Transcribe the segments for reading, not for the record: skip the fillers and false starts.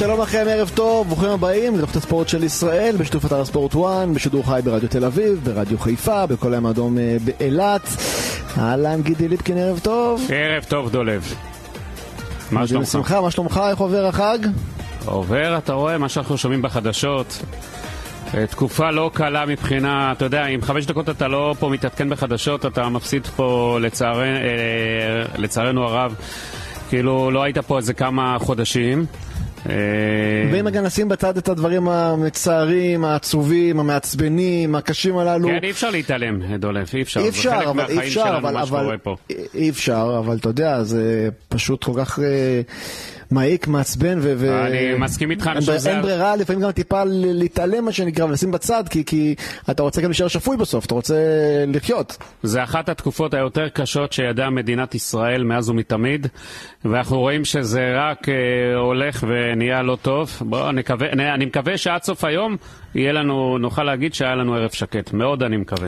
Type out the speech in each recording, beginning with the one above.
שלום לכם, ערב טוב, ברוכים הבאים לתוכנית הספורט של ישראל, בשיתוף אתר הספורט 1, בשידור חי ברדיו תל אביב, ברדיו חיפה, בכל הים האדום באילת. אהלן גידי ליפקין, ערב טוב. ערב טוב דולב. מה שלומך? שמחה, מה שלומך? איך עובר החג? עובר, אתה רואה מה שאנחנו שומעים בחדשות. תקופה לא קלה מבחינה, אתה יודע, אם 5 דקות אתה לא פה מתעדכן בחדשות, אתה מפסיד פה לצערנו הרב. כאילו לא היית פה איזה כמה חודשים. ואם גם נשים בצד את הדברים המצערים, העצובים, המעצבנים, הקשים הללו. כן, אי אפשר להתעלם, דולף, אי אפשר. אי אפשר, אבל אי אפשר, אי אפשר, אבל אתה יודע, זה פשוט כל כך מעיק, מעצבן אני מסכים איתך. אין ברירה, לפעמים גם טיפה להתעלם מה שנקרא, ולשים בצד, כי אתה רוצה גם להישאר שפוי בסוף, אתה רוצה לחיות. זה אחת התקופות היותר קשות שידעה מדינת ישראל מאז ומתמיד, ואנחנו רואים שזה רק הולך ונהיה לא טוב. אני מקווה שעד סוף היום נוכל להגיד שהיה לנו ערב שקט. מאוד אני מקווה.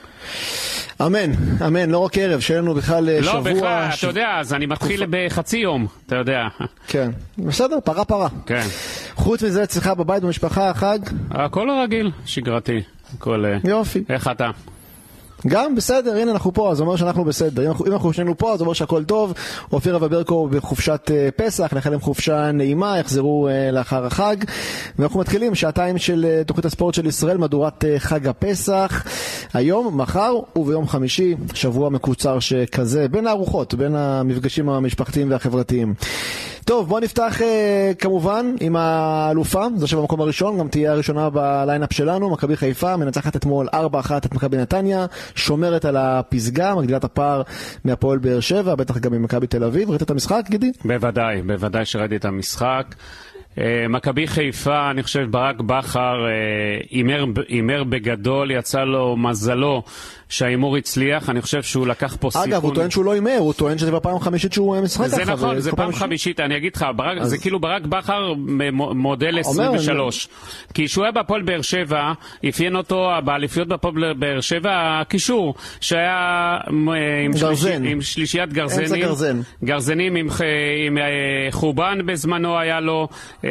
אמן, אמן, לא רק ערב, שיהיה לנו בכלל שבוע... לא, בכלל, אתה יודע, אז אני מתחיל בחצי יום, אתה יודע. כן, בסדר, פרה. כן. חוץ מזה, אצלך בבית, במשפחה, החג? הכל הרגיל, שגרתי. יופי. איך אתה? גם בסדר, הנה אנחנו פה, אז אומר שאנחנו בסדר. אם אנחנו שנינו פה, אז אומר שהכל טוב. אופיר וברקו בחופשת פסח, נאחל להם חופשה נעימה, יחזרו לאחר החג. ואנחנו מתחילים שעתיים של תוכנית הספורט של ישראל, מדורת חג הפסח. היום, מחר וביום חמישי, שבוע מקוצר שכזה, בין הארוחות, בין המפגשים המשפחתיים והחברתיים. טוב, בואו נפתח כמובן עם האלופה, זו שבמקום הראשון, גם תהיה הראשונה בליינאפ שלנו, מכבי חיפה, מנצחת אתמול 4-1 את מכבי נתניה, שומרת על הפסגה, מגדילה את הפער מהפועל באר שבע, בטח גם ממכבי תל אביב. ראית את המשחק, גידי? בוודאי שראיתי את המשחק. מכבי חיפה, אני חושב ברק בכר אימר בגדול, יצא לו מזלו שהאימור הצליח. אני חושב שהוא לקח פה סיכון. אגב, הוא טוען שהוא לא אימר, הוא טוען שזה בפעם חמישית שהוא משחק ככה. זה נכון, זה פעם חמישית, אני אגיד לך, זה כאילו ברק בכר מודל 23. כי שהוא היה בפועל באר שבע, אפיין אותו באליפיות בפועל באר שבע, הקישור, שהיה עם שלישיית גרזנים, עם חובן בזמנו היה לו,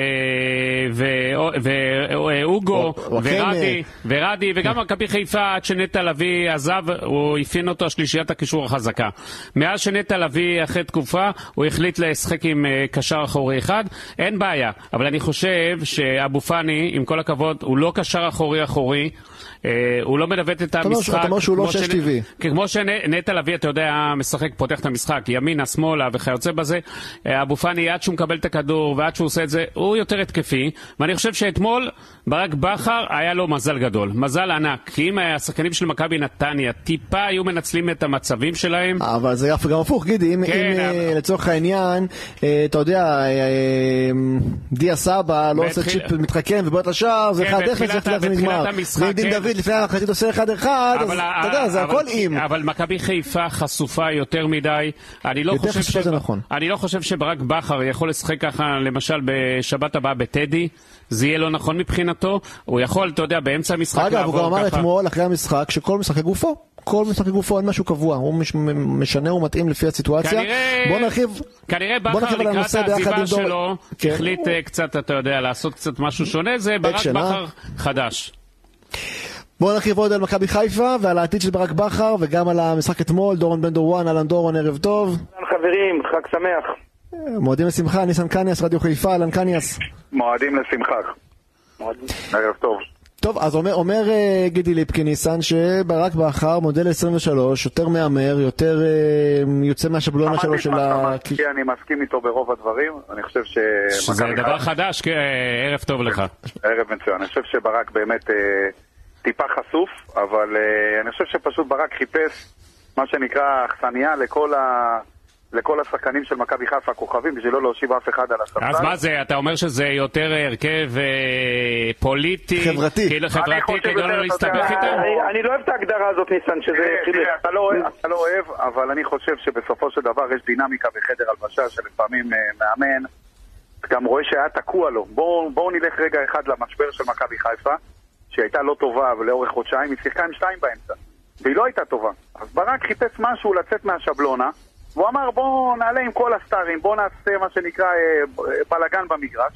ואוגו, ורדי, וגם מכבי חיפה, עד שנטע לביא עזב, הוא אפיין אותו שלישיית הקישור החזקה. מאז שנטע לביא אחרי תקופה, הוא החליט לשחק עם קשר אחורי אחד, אין בעיה. אבל אני חושב שאבו פאני, עם כל הכבוד, הוא לא קשר אחורי, הוא לא מדוות את המשחק. אתה אומר שהוא לא 6 טבעי. כמו שנטע לביא, אתה יודע, משחק, פותח את המשחק, ימינה, שמאלה וכיוצא בזה, אבו פאני, עד שהוא מקבל את הכדור ועד שהוא עושה את זה, הוא יותר התקפי, ואני חושב שאתמול ברק בכר היה לו מזל גדול, מזל ענק, כי אם השחקנים של מכבי נתניה טיפה היו מנצלים את המצבים שלהם. אבל זה גם הפוך, גידי, אם לצורך העניין, אתה יודע, דיה סבא לא עושה צ'יפ מתחכם ובועט לשער, זה 1-0, זה נגמר. ואם דין דוד לפני המחצית עושה 1-1, אז אתה יודע, זה הכל עם. אבל מכבי חיפה חשופה יותר מדי. אני לא חושב שברק בכר יכול לשחק ככה, למשל בשבת הבאה בטדי, זה יהיה לא נכון מבחינתו. הוא יכול, אתה יודע, באמצע המשחק לעבור ככה. אגב, הוא גם אמר אתמול אחרי המשחק שכל משחק גופו. כל משחק גופו אין משהו קבוע, הוא משנה ומתאים לפי הסיטואציה. כנראה בכר לקראת העזיבה שלו החליט קצת, אתה יודע, לעשות קצת משהו שונה, זה ברק בכר חדש. בואו נרחיב עוד על מכבי חיפה ועל העתיד של ברק בכר וגם על המשחק אתמול. דורון בן דורואן, אלן דורון, ערב טוב. חברים, חג שמח. מועדים לשמחה, ניסן קניאס, רדיו חיפה, אלן קניאס. מועדים לשמחה. ערב טוב. טוב, אז אומר גידי ליפקין, ניסן, שברק בכר מודל 23, יותר מאמר, יותר יוצא מהשבלונה שלו של אני מסכים איתו ברוב הדברים. אני חושב שזה דבר חדש, ערב טוב לך. ערב מצוין. אני חושב שברק באמת טיפה חשוף, אבל אני חושב שפשוט ברק חיפש מה שנקרא אכסניה לכל השחקנים של מכבי חיפה הכוכבים, בשביל לא להושיב אף אחד על הספסל. אז מה זה? אתה אומר שזה יותר הרכב פוליטי, חברתי, כדי לא להסתבך איתם? אני לא אוהב את ההגדרה הזאת, ניסן, שזה... אתה לא אוהב, אבל אני חושב שבסופו של דבר יש דינמיקה בחדר הלבשה, שלפעמים מאמן גם רואה שהיה תקוע לו. בואו נלך רגע אחד למשבר של מכבי חיפה, שהייתה לא טובה ולאורך חודשיים, היא שיחקה עם 2 באמצע, והיא לא הייתה טובה. אז ברק חיפש משהו לצאת מהשבלונה, והוא אמר בואו נעלה עם כל הסטארים, בואו נעשה מה שנקרא בלגן במגרש,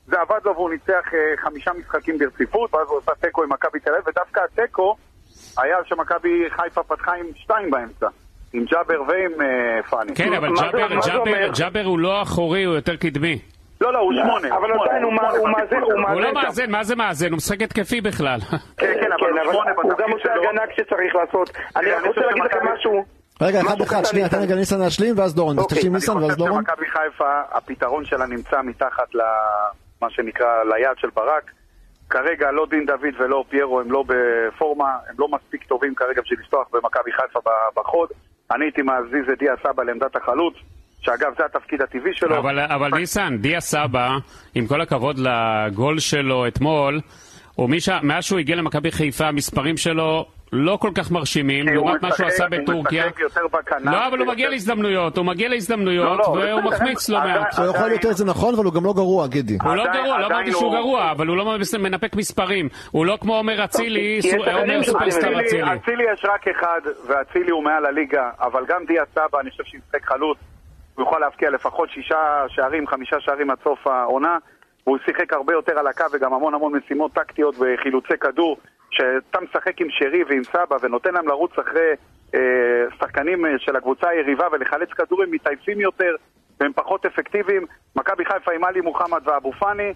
זה עבד לו והוא ניצח 5 משחקים ברציפות, ואז הוא עושה טקו עם מכבי תל אביב, ודווקא הטקו היה שמכבי חיפה פתחה עם 2 באמצע, עם ג'אבר ועם פאני. כן, אבל ג'אבר הוא לא אחורי, הוא יותר קדמי. לא, הוא 8. אבל עדיין הוא מאזן. הוא לא מאזן, מה זה מאזן? הוא משחק התקפי בכלל. כן, אבל הוא 8 הוא גם עושה הגנה כשצריך לעשות. אני רוצה להגיד לכם משהו. רגע, אחד, שנייה, תן רגע ניסן להשלים, ואז דורון. תשלים ניסן, ואז דורון. אני חושב שמכבי חיפה, הפתרון שלה נמצא מתחת למה שנקרא, ליד של ברק. כרגע לא דין דוד ולא פיירו הם לא בפורמה, הם לא מספיק טובים כרגע בשביל לפתוח במכבי חיפה בחוד. אני הייתי מזיז את דיה סבא לעמדת החלוץ, שאגב זה התפקיד הטבעי שלו. אבל ניסן, דיה סבא, עם כל הכבוד לגול שלו אתמול, מאז שהוא הגיע למכבי חיפה, המספרים שלו לא כל כך מרשימים, לעומת מה שהוא עשה בטורקיה. לא, אבל הוא מגיע להזדמנויות, והוא מחמיץ לא מעט. הוא יכול יותר, זה נכון, אבל הוא גם לא גרוע, גידי. הוא לא גרוע, לא אמרתי שהוא גרוע, אבל הוא לא מנפק מספרים. הוא לא כמו אומר אצילי, אומר סופרסטאר אצילי. אצילי יש רק אחד, ואצילי הוא מעל הליגה, אבל גם דיה סבא, אני חושב שישחק חלוץ, הוא יכול להבקיע לפחות 6 שערים, 5 שערים עד סוף העונה. הוא שיחק הרבה יותר על הקו וגם המון משימות טקטיות וחילוצי כדור, שאתה משחק עם שרי ועם סבא ונותן להם לרוץ אחרי שחקנים של הקבוצה היריבה ולחלץ כדורים מתעייפים יותר והם פחות אפקטיביים. מכבי חיפה עם עלי מוחמד ואבו פאני,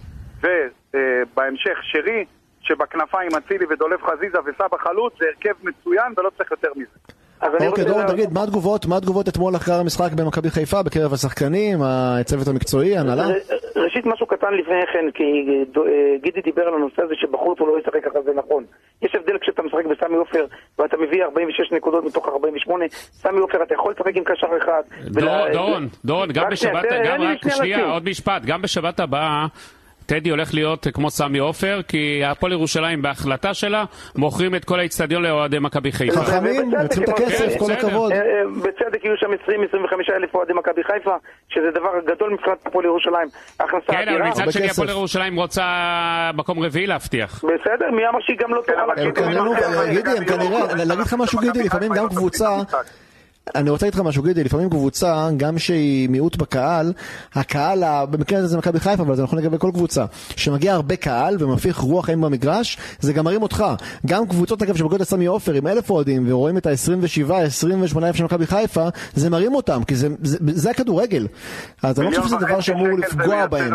ובהמשך שרי שבכנפיים אצילי ודולב חזיזה וסבא חלוץ, זה הרכב מצוין ולא צריך יותר מזה. אוקיי, דורון, תגיד, מה התגובות אתמול אחרי המשחק במכבי חיפה, בקרב השחקנים, הצוות המקצועי, הנהלה? ראשית משהו קטן לפני כן, כי גידי דיבר על הנושא הזה שבחוץ הוא לא ישחק ככה, זה נכון. יש הבדל כשאתה משחק בסמי עופר ואתה מביא 46 נקודות מתוך 48, סמי עופר אתה יכול לשחק עם קשר אחד. דורון, גם בשבת, עוד משפט, גם בשבת הבאה, טדי הולך להיות כמו סמי עופר, כי הפועל ירושלים בהחלטה שלה מוכרים את כל האצטדיון לאוהדי מכבי חיפה. חכמים, יוצאים את הכסף, כל הכבוד. בצדק יהיו שם 20-25 אלף אוהדי מכבי חיפה, שזה דבר גדול מבחינת הפועל ירושלים. כן, אבל מצד שני הפועל ירושלים רוצה מקום רביעי להבטיח. בסדר, מי אמר שהיא גם לא תוכל גידי, הם כנראה, להגיד לך משהו גידי, לפעמים גם קבוצה, אני רוצה להגיד לך משהו גידי, לפעמים קבוצה, גם שהיא מיעוט בקהל, הקהל, במקרה הזה זה מכבי חיפה, אבל זה נכון לגבי כל קבוצה, שמגיע הרבה קהל ומפיך רוח חיים במגרש, זה גם מרים אותך. גם קבוצות אגב שמגיעות לסמי עופר עם 1,000 אוהדים, ורואים את ה-27-28 אלף של מכבי חיפה, זה מרים אותם, כי זה הכדורגל. אז אני לא חושב שזה דבר שאמור לפגוע בהם.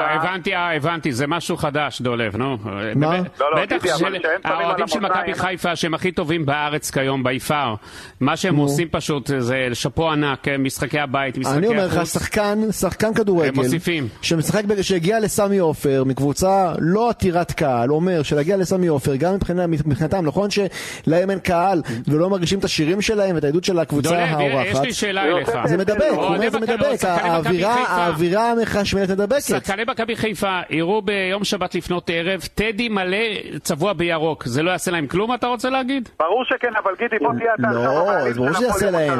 הבנתי, זה משהו חדש, דולב, נו. מה? בטח האוהדים של מכבי חיפה, שהם הכי טובים בארץ כיום, ביפר, מה שהם עושים פשוט זה לשפו ענק, משחקי הבית, משחקי אני אומר לך, שחקן כדורגל, שהגיע לסמי עופר, מקבוצה לא עתירת קהל, אומר שלהגיע לסמי עופר, גם מבחינתם, נכון שלהם אין קהל, ולא מרגישים את השירים שלהם, ואת העדות של הקבוצה האורחת. יש לי שאלה אליך. זה מדבק, הוא אומר זה מדבק, האווירה המחשמלת מדבקת. שחקני מכבי חיפה, יראו ביום שבת לפנות ערב, טדי מלא צבוע בירוק, זה לא יעשה להם כלום, אתה רוצה להגיד? ברור שכן, אבל גידי, בוא תהיה אתה. ברור שיעשה להם.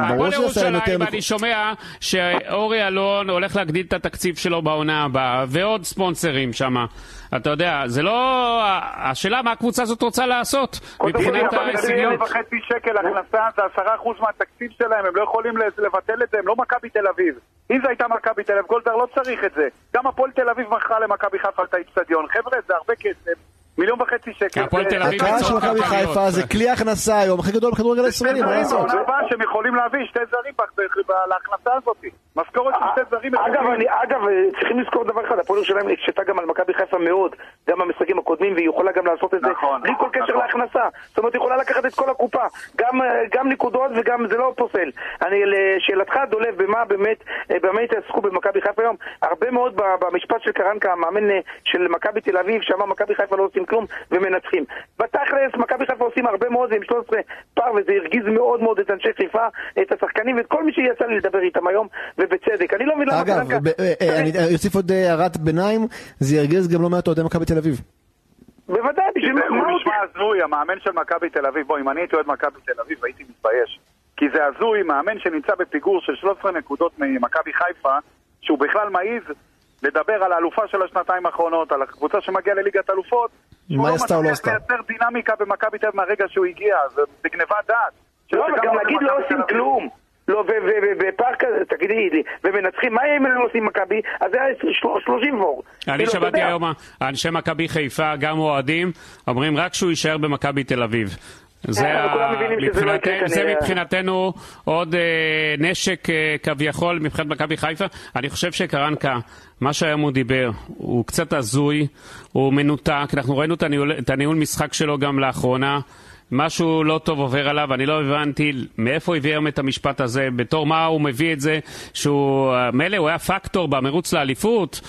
אני שומע שאורי אלון הולך להגדיל את התקציב שלו בעונה הבאה ועוד ספונסרים שם. אתה יודע, זה לא... השאלה מה הקבוצה הזאת רוצה לעשות מבחינת ההישגיות. 1.5 שקל הכנסה זה 10% מהתקציב שלהם, הם לא יכולים לבטל את זה, הם לא מכבי תל אביב. אם זה הייתה מכבי תל אביב, גולדהר לא צריך את זה. גם הפועל תל אביב מכרה למכבי חיפה את האצטדיון. חבר'ה, זה הרבה כסף. 1.5 מיליון שקל. הקהל של מכבי חיפה זה כלי הכנסה היום הכי גדול בכדורגל הישראלי, מה לעשות? שהם יכולים להביא 2 זרים להכנסה הזאת. משכורת של 2 זרים. אגב, צריכים לזכור דבר אחד, הפועל ירושלים הקשתה גם על מכבי חיפה מאוד, גם במשחקים הקודמים, והיא יכולה גם לעשות את זה בלי כל קשר להכנסה. זאת אומרת, היא יכולה לקחת את כל הקופה, גם נקודות וגם זה לא פוסל. לשאלתך, דולב, במה באמת יעסקו במכבי חיפה היום? הרבה מאוד במשפט של קרנקה, המאמן של מכבי תל אביב, שאמר מכבי חיפה לא עושים כלום ומנצחים. בתכלס, מכבי חיפה עושים הרבה מאוד, ועם 13 פער, וזה הרגיז מאוד מאוד את אנשי חיפה, את השחקנים ואת כל מי שיצא לי לדבר איתם היום, ובצדק. אני לא מבין למה קרנקה... אגב, אני אוסיף עוד הערת ביניים, זה ירגיז גם לא מעט אוהדי מכבי תל אביב. בוודאי, בשביל מה... הוא נשמע הזוי, המאמן של מכבי תל אביב, אם אני הייתי אוהד מכבי תל אביב, הייתי מתבייש. כי זה הזוי, מאמן שנמצא בפיגור של 13 נקודות ממכבי חיפה, שהוא בכלל מעיז לדבר על האלופה של השנתיים האחרונות, על הקבוצה שמגיעה לליגת אלופות, שהוא לא מצליח לייצר דינמיקה במכבי תל אביב מהרגע שהוא הגיע, זה בגניבת דעת. לא, וגם להגיד לא עושים כלום. לא, בפארק, תגידי לי, ומנצחים, מה יהיה אם הם עושים מכבי? אז זה היה 30 ור. אני שמעתי היום, אנשי מכבי חיפה, גם אוהדים, אומרים רק שהוא יישאר במכבי תל אביב. זה מבחינתנו עוד נשק כביכול מבחינת מכבי חיפה. אני חושב שקרנקה, מה שהיום הוא דיבר, הוא קצת הזוי, הוא מנותק, אנחנו ראינו את הניהול משחק שלו גם לאחרונה, משהו לא טוב עובר עליו, אני לא הבנתי מאיפה הביא היום את המשפט הזה, בתור מה הוא מביא את זה, שהוא מלא, הוא היה פקטור במרוץ לאליפות,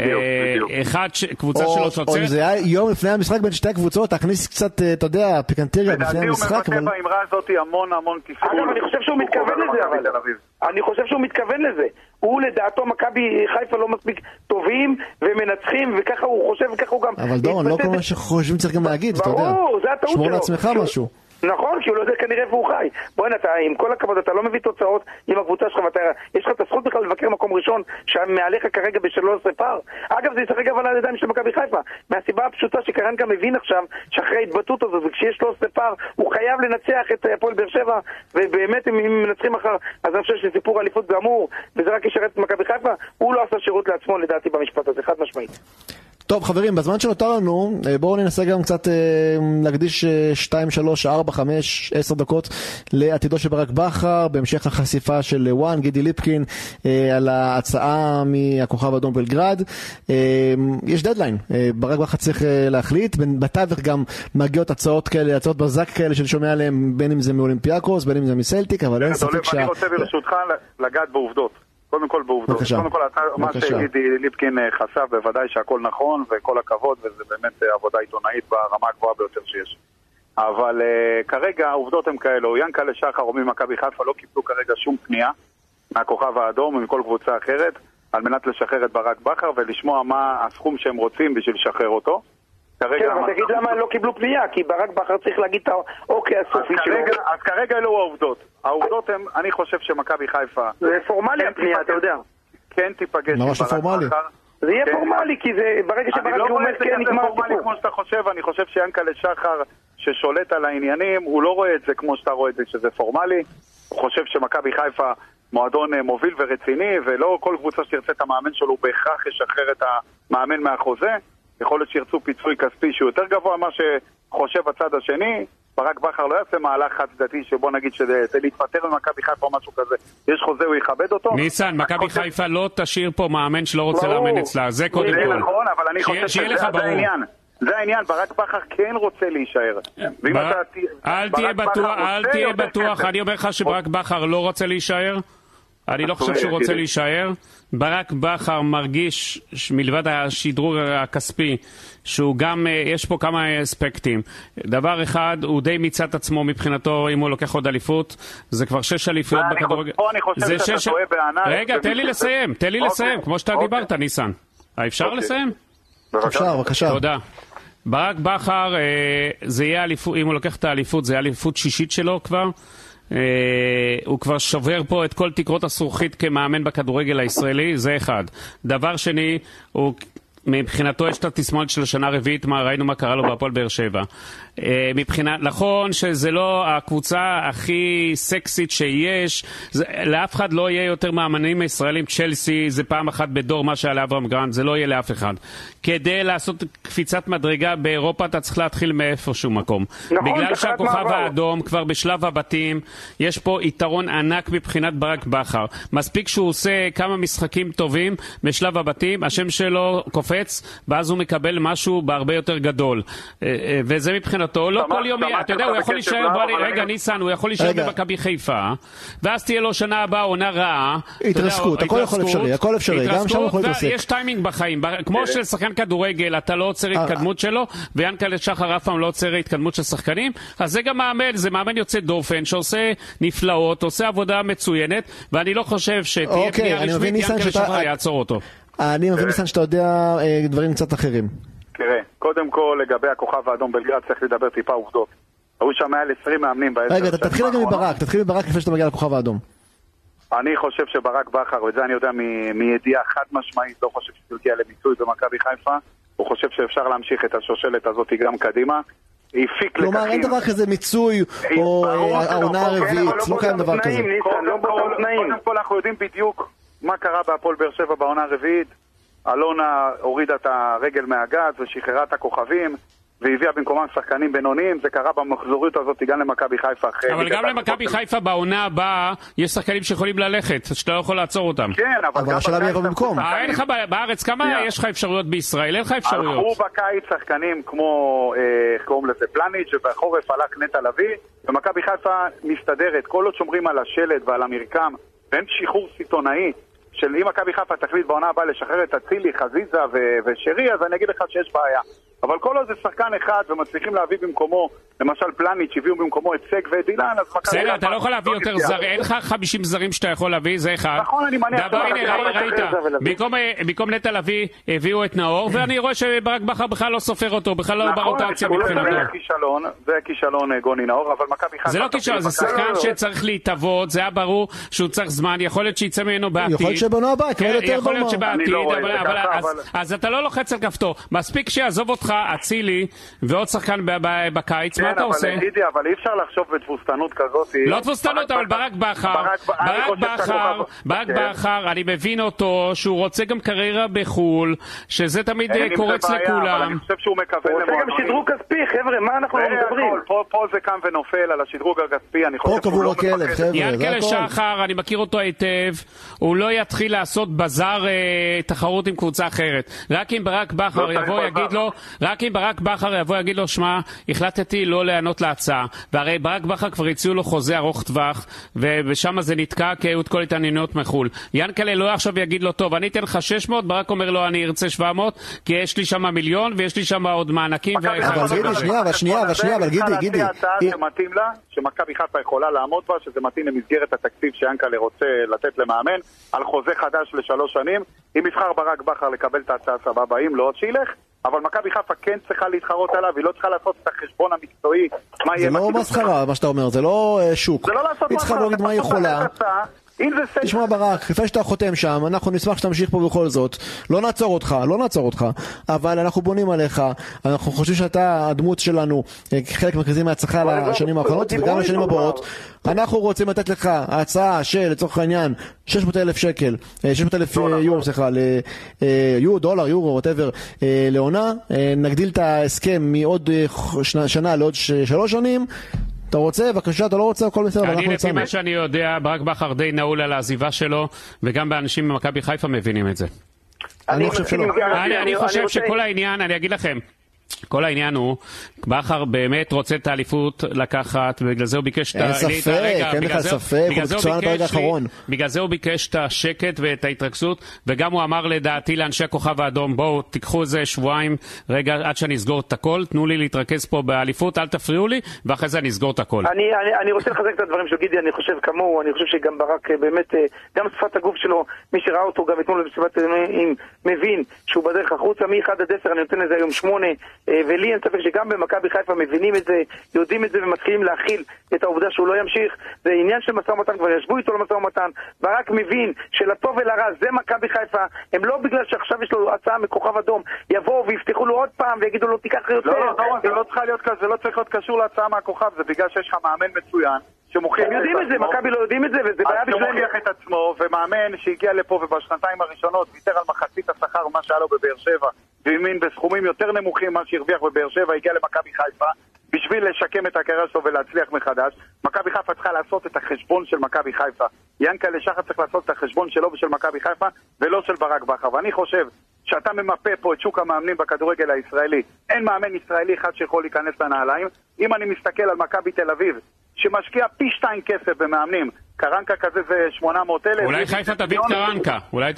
אחד קבוצה שלו שעוצרת. או אם זה היה יום לפני המשחק בין שתי הקבוצות, תכניס קצת, אתה יודע, פיקנטריה בפני המשחק. הוא מבטא באמרה הזאת המון תסכול. אני חושב שהוא מתכוון לזה, אבל אני חושב שהוא מתכוון לזה. הוא לדעתו מכבי חיפה לא מספיק טובים ומנצחים, וככה הוא חושב וככה הוא גם... אבל דורון, לא כל מה שחושבים צריך גם להגיד, אתה יודע. ברור, זה הטעות שלו. שמור לעצמך משהו. נכון, כי הוא לא יודע כנראה איפה הוא חי. בואי אתה, עם כל הכבוד, אתה לא מביא תוצאות עם הקבוצה שלך, יש לך את הזכות בכלל לבקר מקום ראשון שמעליך כרגע ב13 פער. אגב, זה ישחק אבל על ידיים של מכבי חיפה, מהסיבה הפשוטה שקרנקה מבין עכשיו שאחרי ההתבטאות הזאת, וכשיש 13 פער, הוא חייב לנצח את הפועל באר שבע, ובאמת אם מנצחים אחר, אז אני חושב שסיפור אליפות גמור, וזה רק ישרת את מכבי חיפה, הוא לא עשה שירות לעצמו לדעתי במשפט הזה, חד משמעית. טוב חברים, בזמן שנותר לנו, בואו ננסה גם קצת להקדיש 2, 3, 4, 5, 10 דקות לעתידו של ברק בכר, בהמשך החשיפה של וואן, גידי ליפקין, על ההצעה מהכוכב האדום בלגרד. יש דדליין, ברק בכר צריך להחליט, בתווך גם מגיעות הצעות כאלה, הצעות בזק כאלה שאני שומע עליהם, בין אם זה מאולימפיאקוס, בין אם זה מסלטיק, אבל אין ספק אני רוצה ברשותך לגעת בעובדות. קודם כל בעובדות. קודם כל, מה שגידי ליפקין חשף, בוודאי שהכל נכון וכל הכבוד, וזה באמת עבודה עיתונאית ברמה הגבוהה ביותר שיש. אבל כרגע העובדות הן כאלו. ינקלה שחר או ממכבי חיפה לא קיבלו כרגע שום פנייה מהכוכב האדום ומכל קבוצה אחרת, על מנת לשחרר את ברק בכר ולשמוע מה הסכום שהם רוצים בשביל לשחרר אותו. כן, אבל תגיד למה הם לא קיבלו פנייה, כי ברק בכר צריך להגיד את האוקיי הסופי שלו. אז כרגע אלו העובדות. העובדות הן, אני חושב שמכבי חיפה... זה פורמלי הפנייה, אתה יודע. כן תיפגש עם ברק בכר. זה יהיה פורמלי, כי זה ברגע שברק אומר כן נגמר הסיפור. כמו שאתה חושב, אני חושב שיענקל'ה שחר ששולט על העניינים, הוא לא רואה את זה כמו שאתה רואה את זה, שזה פורמלי. הוא חושב שמכבי חיפה מועדון מוביל ורציני, ולא כל קבוצה שתרצה את המאמן שלו בהכרח ישחרר את המאמן מהחוזה. יכול להיות שירצו פיצוי כספי שהוא יותר גבוה מה שחושב הצד השני. ברק בכר לא יעשה מהלך חד צדדי שבוא נגיד שזה להתפטר ממכבי חיפה או משהו כזה. יש חוזה, הוא יכבד אותו. ניסן, מכבי חיפה לא תשאיר פה מאמן שלא רוצה לאמן אצלה, זה קודם כל. זה נכון, אבל אני חושב שזה העניין. זה העניין, ברק בכר כן רוצה להישאר. אל תהיה בטוח, אני אומר לך שברק בכר לא רוצה להישאר. אני לא חושב שהוא רוצה להישאר. ברק בכר מרגיש, מלבד השדרוג הכספי, שהוא גם, יש פה כמה אספקטים. דבר אחד, הוא די מיצה את עצמו מבחינתו, אם הוא לוקח עוד אליפות, זה כבר 6 אליפויות בכדורגל. פה אני חושב שאתה טועה בענק. רגע, תן לי לסיים, כמו שאתה דיברת, ניסן. אפשר לסיים? בבקשה. תודה. ברק בכר, זה יהיה אליפות, אם הוא לוקח את האליפות, זה יהיה אליפות שישית שלו כבר. הוא כבר שובר פה את כל תקרות הזכוכית כמאמן בכדורגל הישראלי, זה אחד. דבר שני, הוא מבחינתו יש את התסמונת של השנה הרביעית, ראינו מה קרה לו בהפועל באר שבע. נכון שזה לא הקבוצה הכי סקסית שיש, לאף אחד לא יהיה יותר מאמנים הישראלים. צ'לסי זה פעם אחת בדור מה שהיה לאברהם גרנט, זה לא יהיה לאף אחד. כדי לעשות קפיצת מדרגה באירופה אתה צריך להתחיל מאיפשהו מקום. בגלל שהכוכב האדום כבר בשלב הבתים, יש פה יתרון ענק מבחינת ברק בכר. מספיק שהוא עושה כמה משחקים טובים בשלב הבתים, השם שלו קופץ, ואז הוא מקבל משהו בהרבה יותר גדול. וזה מבחינתו, לא כל יום, אתה יודע, הוא יכול להישאר, רגע ניסן, הוא יכול להישאר במכבי חיפה, ואז תהיה לו שנה הבאה עונה רעה. התרסקות, הכל אפשרי, גם שם יכול להתרסק. יש טיימינג בחיים, כמו של שחקן כדורגל, אתה לא עוצר התקדמות שלו, ויענקל'ה שחר אף פעם לא עוצר התקדמות של שחקנים, אז זה גם מאמן, זה מאמן יוצא דופן, שעושה נפלאות, עושה עבודה מצוינת, ואני לא חושב שתהיה פנייה רשמית, יענקל'ה שחר יעצור אותו. אני מבין ניסן שאתה יודע דברים קצת אחרים. תראה, קודם כל לגבי הכוכב האדום בלגרד צריך לדבר טיפה עובדות. היו שם מעל 20 מאמנים בעשר. רגע, תתחיל גם מברק, לפני שאתה מגיע לכוכב האדום. אני חושב שברק בכר, ואת זה אני יודע מידיעה חד משמעית, לא חושב שתגיע לביצוי במכבי חיפה, הוא חושב שאפשר להמשיך את השושלת הזאת גם קדימה. הפיק לקחים. כלומר, אין דבר כזה מיצוי או העונה הרביעית, לא קיים דבר כזה. קודם כל אנחנו יודעים בדיוק מה קרה בהפועל באר שבע בעונה הרביעית. אלונה הורידה את הרגל מהגז ושחררה את הכוכבים והביאה במקומם שחקנים בינוניים. זה קרה במחזוריות הזאת גם למכבי חיפה. אבל גם למכבי חיפה בעונה הבאה יש שחקנים שיכולים ללכת, שאתה לא יכול לעצור אותם. כן, אבל השאלה מי יבוא במקום. אין לך בארץ, כמה יש לך אפשרויות בישראל? אין לך אפשרויות. הלכו בקיץ שחקנים כמו, איך קוראים לזה, פלניץ', ובחורף הלך נטע לביא, ומכבי חיפה מסתדרת. כל עוד שומרים על השלד ועל המרקם, ואין שחרור סיטונאי, של אם מכבי חיפה תחליט בעונה הבאה לשחרר את אצילי, חזיזה ושרי, אז אני אגיד לך שיש בעיה. אבל כל עוד זה שחקן אחד ומצליחים להביא במקומו, למשל פלניץ' הביאו במקומו את סג ואת דילן, אז בסדר, אתה לא יכול להביא יותר זרים, אין לך 50 זרים שאתה יכול להביא, זה אחד. נכון, אני מניח. ראית, במקום נטע לביא הביאו את נאור, ואני רואה שברק בכר בכלל לא סופר אותו, בכלל לא ברוטציה מבחינתו. זה כישלון גוני נאור, אבל מכבי חיפה... זה לא כישלון, זה שחקן שצריך להתאבות, זה היה ברור שהוא צריך זמן, יכול להיות שיצא ממנו בעתיד. יכול להיות שבעונה הבאה, יכול להיות שבעתיד, אז אתה לא לוחץ על כפתור. מספיק שיעזוב אותך אצילי ועוד שחקן בקיץ, מה אתה עושה? אבל אי אפשר לחשוב בתבוסתנות כזאת. לא תבוסתנות, אבל ברק בכר, אני מבין אותו שהוא רוצה גם קריירה בחול, שזה תמיד קורץ לכולם. אני חושב שהוא מקווה למועדונים. הוא רוצה גם שדרוג כספי, חבר'ה, מה אנחנו מדברים? פה זה קם ונופל על השדרוג הכספי. פה קבור הכלב, חבר'ה, ינקלה שחר, אני מכיר אותו היטב, הוא לא יתחיל לעשות בזר תחרות עם קבוצה אחרת. רק אם ברק בכר יבוא יגיד לו, שמע, החלטתי לא לענות להצעה, והרי ברק בכר כבר הציעו לו חוזה ארוך טווח, ושם זה נתקע כי היו את כל התעניינות מחול. ינקלה לא עכשיו יגיד לו, טוב, אני אתן לך 600, ברק אומר לו, אני ארצה 700, כי יש לי שם מיליון, ויש לי שם עוד מענקים. אבל גידי, הצעה שמתאים לה, שמכבי חיפה יכולה לעמוד בה, שזה מתאים למסגרת התקציב שיאנקלה רוצה לתת למאמן, על חוזה חדש ל3 שנים. אם יבחר ברק בכר לקבל את ההצעה סבבה, אם לא, שילך. אבל מכבי חיפה כן צריכה להתחרות עליו, היא לא צריכה לעשות את החשבון המקצועי. זה לא מסחרה, מה שאתה אומר, זה לא שוק. היא צריכה להגיד מה היא יכולה. תשמע ברק, לפני שאתה חותם שם, אנחנו נשמח שתמשיך פה בכל זאת. לא נעצור אותך, אבל אנחנו בונים עליך, אנחנו חושבים שאתה הדמות שלנו, חלק מרכזי מההצלחה לשנים האחרונות, וגם לשנים הבאות. אנחנו רוצים לתת לך הצעה של, לצורך העניין, 600,000 שקל, 600,000 יורו, סליחה, דולר, יורו, whatever, לעונה. נגדיל את ההסכם מעוד שנה לעוד 3 שנים. אתה רוצה, בבקשה, אתה לא רוצה, הכל בסדר, אנחנו נצמד. לפי מה שאני יודע, ברק בכר די נעול על העזיבה שלו, וגם באנשים במכבי חיפה מבינים את זה. אני חושב שלא. אני חושב שכל העניין, אני אגיד לכם, כל העניין הוא, בכר באמת רוצה את האליפות לקחת, ובגלל זה הוא ביקש אין ספק, הוא מקצוען את הרגע האחרון. בגלל זה הוא ביקש את השקט ואת ההתרכזות, וגם הוא אמר לדעתי לאנשי הכוכב האדום, בואו תיקחו איזה שבועיים רגע עד שאני אסגור את הכל, תנו לי להתרכז פה באליפות, אל תפריעו לי, ואחרי זה אני אסגור את הכל. אני רוצה לחזק את הדברים של גידי, אני חושב כמוהו, אני חושב שגם ברק באמת, גם שפת הגוף שלו, מי שראה אותו גם אתמול במסיבת עיתונאים, מבין שהוא בדרך החוצה מ-1 עד 10, אני נותן לזה היום 8, ולי אין ספק שגם במכבי חיפה מבינים את זה, יודעים את זה ומתחילים להכיל את העובדה שהוא לא ימשיך. זה עניין של משא ומתן, כבר ישבו איתו למשא ומתן, ברק מבין שלטוב ולרע זה מכבי חיפה, הם לא בגלל שעכשיו יש לו הצעה מכוכב אדום, יבואו ויפתחו לו עוד פעם ויגידו לו תיקח יותר. זה לא צריך להיות כזה, זה לא צריך להיות קשור להצעה מהכוכב, זה בגלל שיש לך מאמן מצוין הם יודעים את זה, מכבי לא יודעים את זה, וזה בעיה בשבילם. שמוכיח את עצמו, ומאמן שהגיע לפה ובשנתיים הראשונות ויתר על מחצית השכר מה שהיה לו בבאר שבע, והאמין בסכומים יותר נמוכים מה שהרוויח בבאר שבע, הגיע למכבי חיפה בשביל לשקם את הקריירה שלו ולהצליח מחדש. מכבי חיפה צריכה לעשות את החשבון של מכבי חיפה. ינקלה שחר צריך לעשות את החשבון שלו ושל מכבי חיפה, ולא של ברק בכר. ואני חושב שאתה ממפה פה את שוק המאמנים בכדורגל הישראלי. אין מאמן ישראלי אחד שיכול להיכנס לנעליים. אם אני מסתכל על מכבי תל אביב, שמשקיע פי 2 כסף במאמנים, קרנקה כזה זה 800,000. אולי חיפה תביא את קרנקה.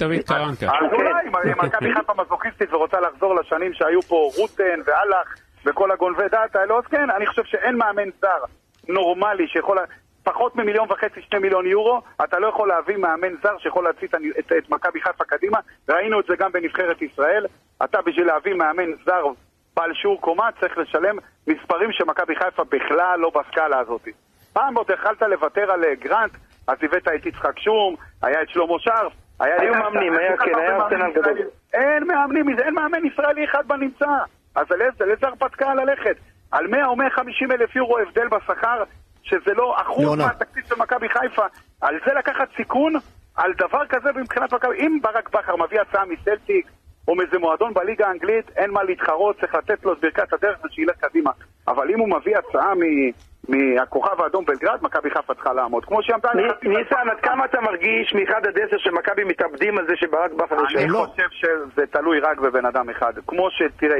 אז אולי, אם מכבי חיפה מזוכיסטית ורוצה לחזור לשנים שהיו פה רוטן והלך וכל הגונבי דעת האלה, אז כן, אני חושב שאין מאמן זר נורמלי שיכול, פחות מ1.5 2 מיליון יורו, אתה לא יכול להביא מאמן זר שיכול להציץ את מכבי חיפה קדימה. ראינו את זה גם בנבחרת ישראל. אתה בשביל להביא מאמן זר בעל שיעור קומה צריך לשלם מספרים שמכבי חיפה בכלל לא בסקאלה הזאת. פעם עוד יכלת לוותר על גרנט, אז הבאת את יצחק שום, היה את שלמה שרף, היו מאמנים, היה ארסנל גדול. אין מאמנים, אין מאמן ישראלי אחד בנמצא. אז לאיזה הרפתקה ללכת? על 100 או 150 אלף יורו הבדל בשכר, שזה לא אחוז מהתקציב של מכבי חיפה. על זה לקחת סיכון, על דבר כזה במבחינת מכבי. אם ברק בכר מביא הצעה מסלטיק, או מאיזה מועדון בליגה האנגלית, אין מה להתחרות, צריך לתת לו את ברכת הדרך ושילך קדימה. אבל אם הוא מביא הצעה מהכוכב האדום בלגרד, מכבי חיפה צריכה לעמוד. כמו שאמרת... ניסן, עד כמה אתה מרגיש מ1 עד 10 שמכבי מתאבדים על זה שברק בכר ישב? אני חושב שזה תלוי רק בבן אדם אחד. כמו שתראה,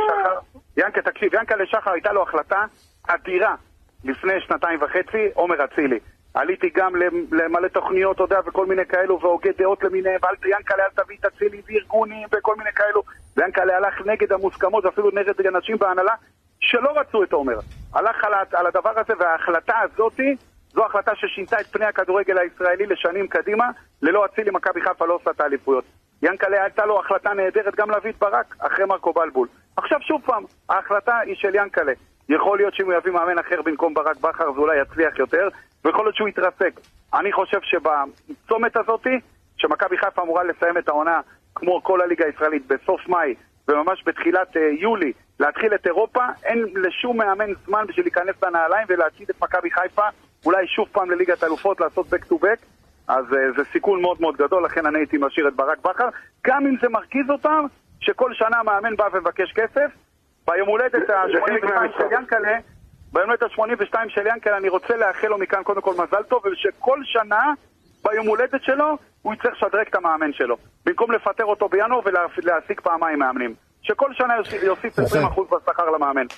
ינקלה שחר הייתה לו החלטה אדירה לפני 2.5 עומר אצילי. עליתי גם למלא תוכניות, אתה יודע, וכל מיני כאלו, והוגי דעות למיניהם, ינקלה אל תביא את אצילי וארגונים וכל מיני כאלו, וינקלה הלך נגד המוסכמות, ואפילו נגד אנשים בהנהלה שלא רצו את עומר. הלך על הדבר הזה, וההחלטה הזאת, זו החלטה ששינתה את פני הכדורגל הישראלי לשנים קדימה, ללא אצילי מכבי חיפה לא עושה את האליפויות. ינקלה הייתה לו החלטה נהדרת גם להביא את ברק, אחרי מרקו בלבול. עכשיו שוב פעם, ההחלטה היא של ינקלה. יכול להיות שאם הוא יביא מאמן אחר במקום ברק בכר, זה אולי יצליח יותר, ויכול להיות שהוא יתרסק. אני חושב שבצומת הזאת, שמכבי חיפה אמורה לסיים את העונה, כמו כל הליגה הישראלית, בסוף מאי, וממש בתחילת יולי, להתחיל את אירופה, אין לשום מאמן זמן בשביל להיכנס לנעליים ולהציד את מכבי חיפה, אולי שוב פעם לליגת אלופות, לעשות back to back, אז זה סיכון מאוד מאוד גדול, לכן אני הייתי משאיר את ברק בכר, גם אם זה מרגיז אותם, שכל שנה המאמן בא ומבקש כסף, ביום הולדת ה-82 של ינקלה, ביום הולדת ה-82 של ינקלה, אני רוצה לאחל לו מכאן קודם כל מזל טוב, ושכל שנה, ביום הולדת שלו, הוא יצטרך לשדרג את המאמן שלו. במקום לפטר אותו בינואר ולהשיג פעמיים מאמנים. שכל שנה יוסיף 20% בשכר למאמן.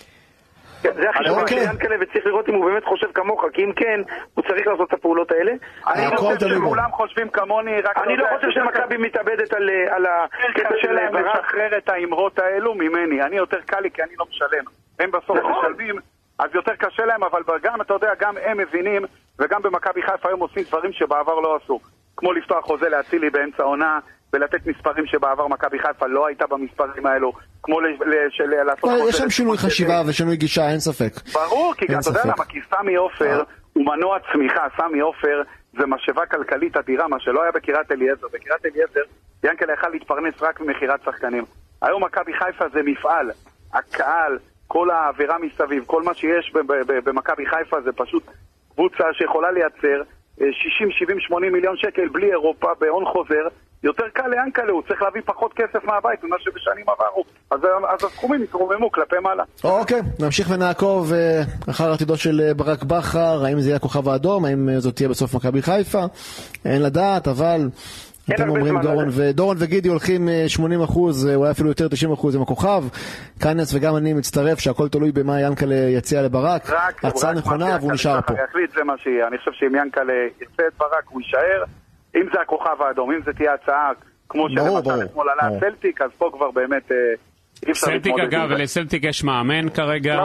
זה החישוב של ינקלה, וצריך לראות אם הוא באמת חושב כמוך, כי אם כן, הוא צריך לעשות את הפעולות האלה. אני חושב שכולם חושבים כמוני, אני לא חושב שמכבי מתאבדת על הקטע של להם לשחרר את האמרות האלו ממני. אני יותר קל לי כי אני לא משלם. הם בסוף משלמים, אז יותר קשה להם, אבל גם, אתה יודע, גם הם מבינים, וגם במכבי חיפה היום עושים דברים שבעבר לא עשו. כמו לפתוח חוזה להצילי באמצע עונה, ולתת מספרים שבעבר מכבי חיפה לא הייתה במספרים האלו, כמו לעשות חוזה... יש שם שינוי חשיבה ושינוי גישה, אין ספק. ברור, כי אתה יודע למה, כי סמי עופר הוא מנוע צמיחה. סמי עופר זה משאבה כלכלית אדירה, מה שלא היה בקריית אליעזר. בקריית אליעזר ינקלה יכל להתפרנס רק במכירת שחקנים. היום מכבי חיפה זה מפעל, הקהל, כל העבירה מסביב, כל מה שיש במכבי חיפה זה פשוט קבוצה שיכולה לייצר 60, 70, 80 מיליון שקל בלי אירופה, בהון חוזר. יותר קל ליאנקלה, הוא צריך להביא פחות כסף מהבית ממה שבשנים עברו. אז הסכומים יתרוממו כלפי מעלה. אוקיי, נמשיך ונעקוב אחר עתידו של ברק בכר, האם זה יהיה הכוכב האדום, האם זאת תהיה בסוף מכבי חיפה, אין לדעת, אבל אתם אומרים דורון וגידי הולכים 80%, אולי אפילו יותר 90% עם הכוכב. כנס וגם אני מצטרף שהכל תלוי במה ינקלה יציע לברק. הצעה נכונה והוא נשאר פה. זה מה שיהיה. אני חושב שאם ינקלה יצא את ברק הוא יישאר. אם זה הכוכב האדום, אם זה תהיה הצעה כמו שלמשל אתמול עלה סלטיק, אז פה כבר באמת סלטיק אגב, לסלטיק יש מאמן כרגע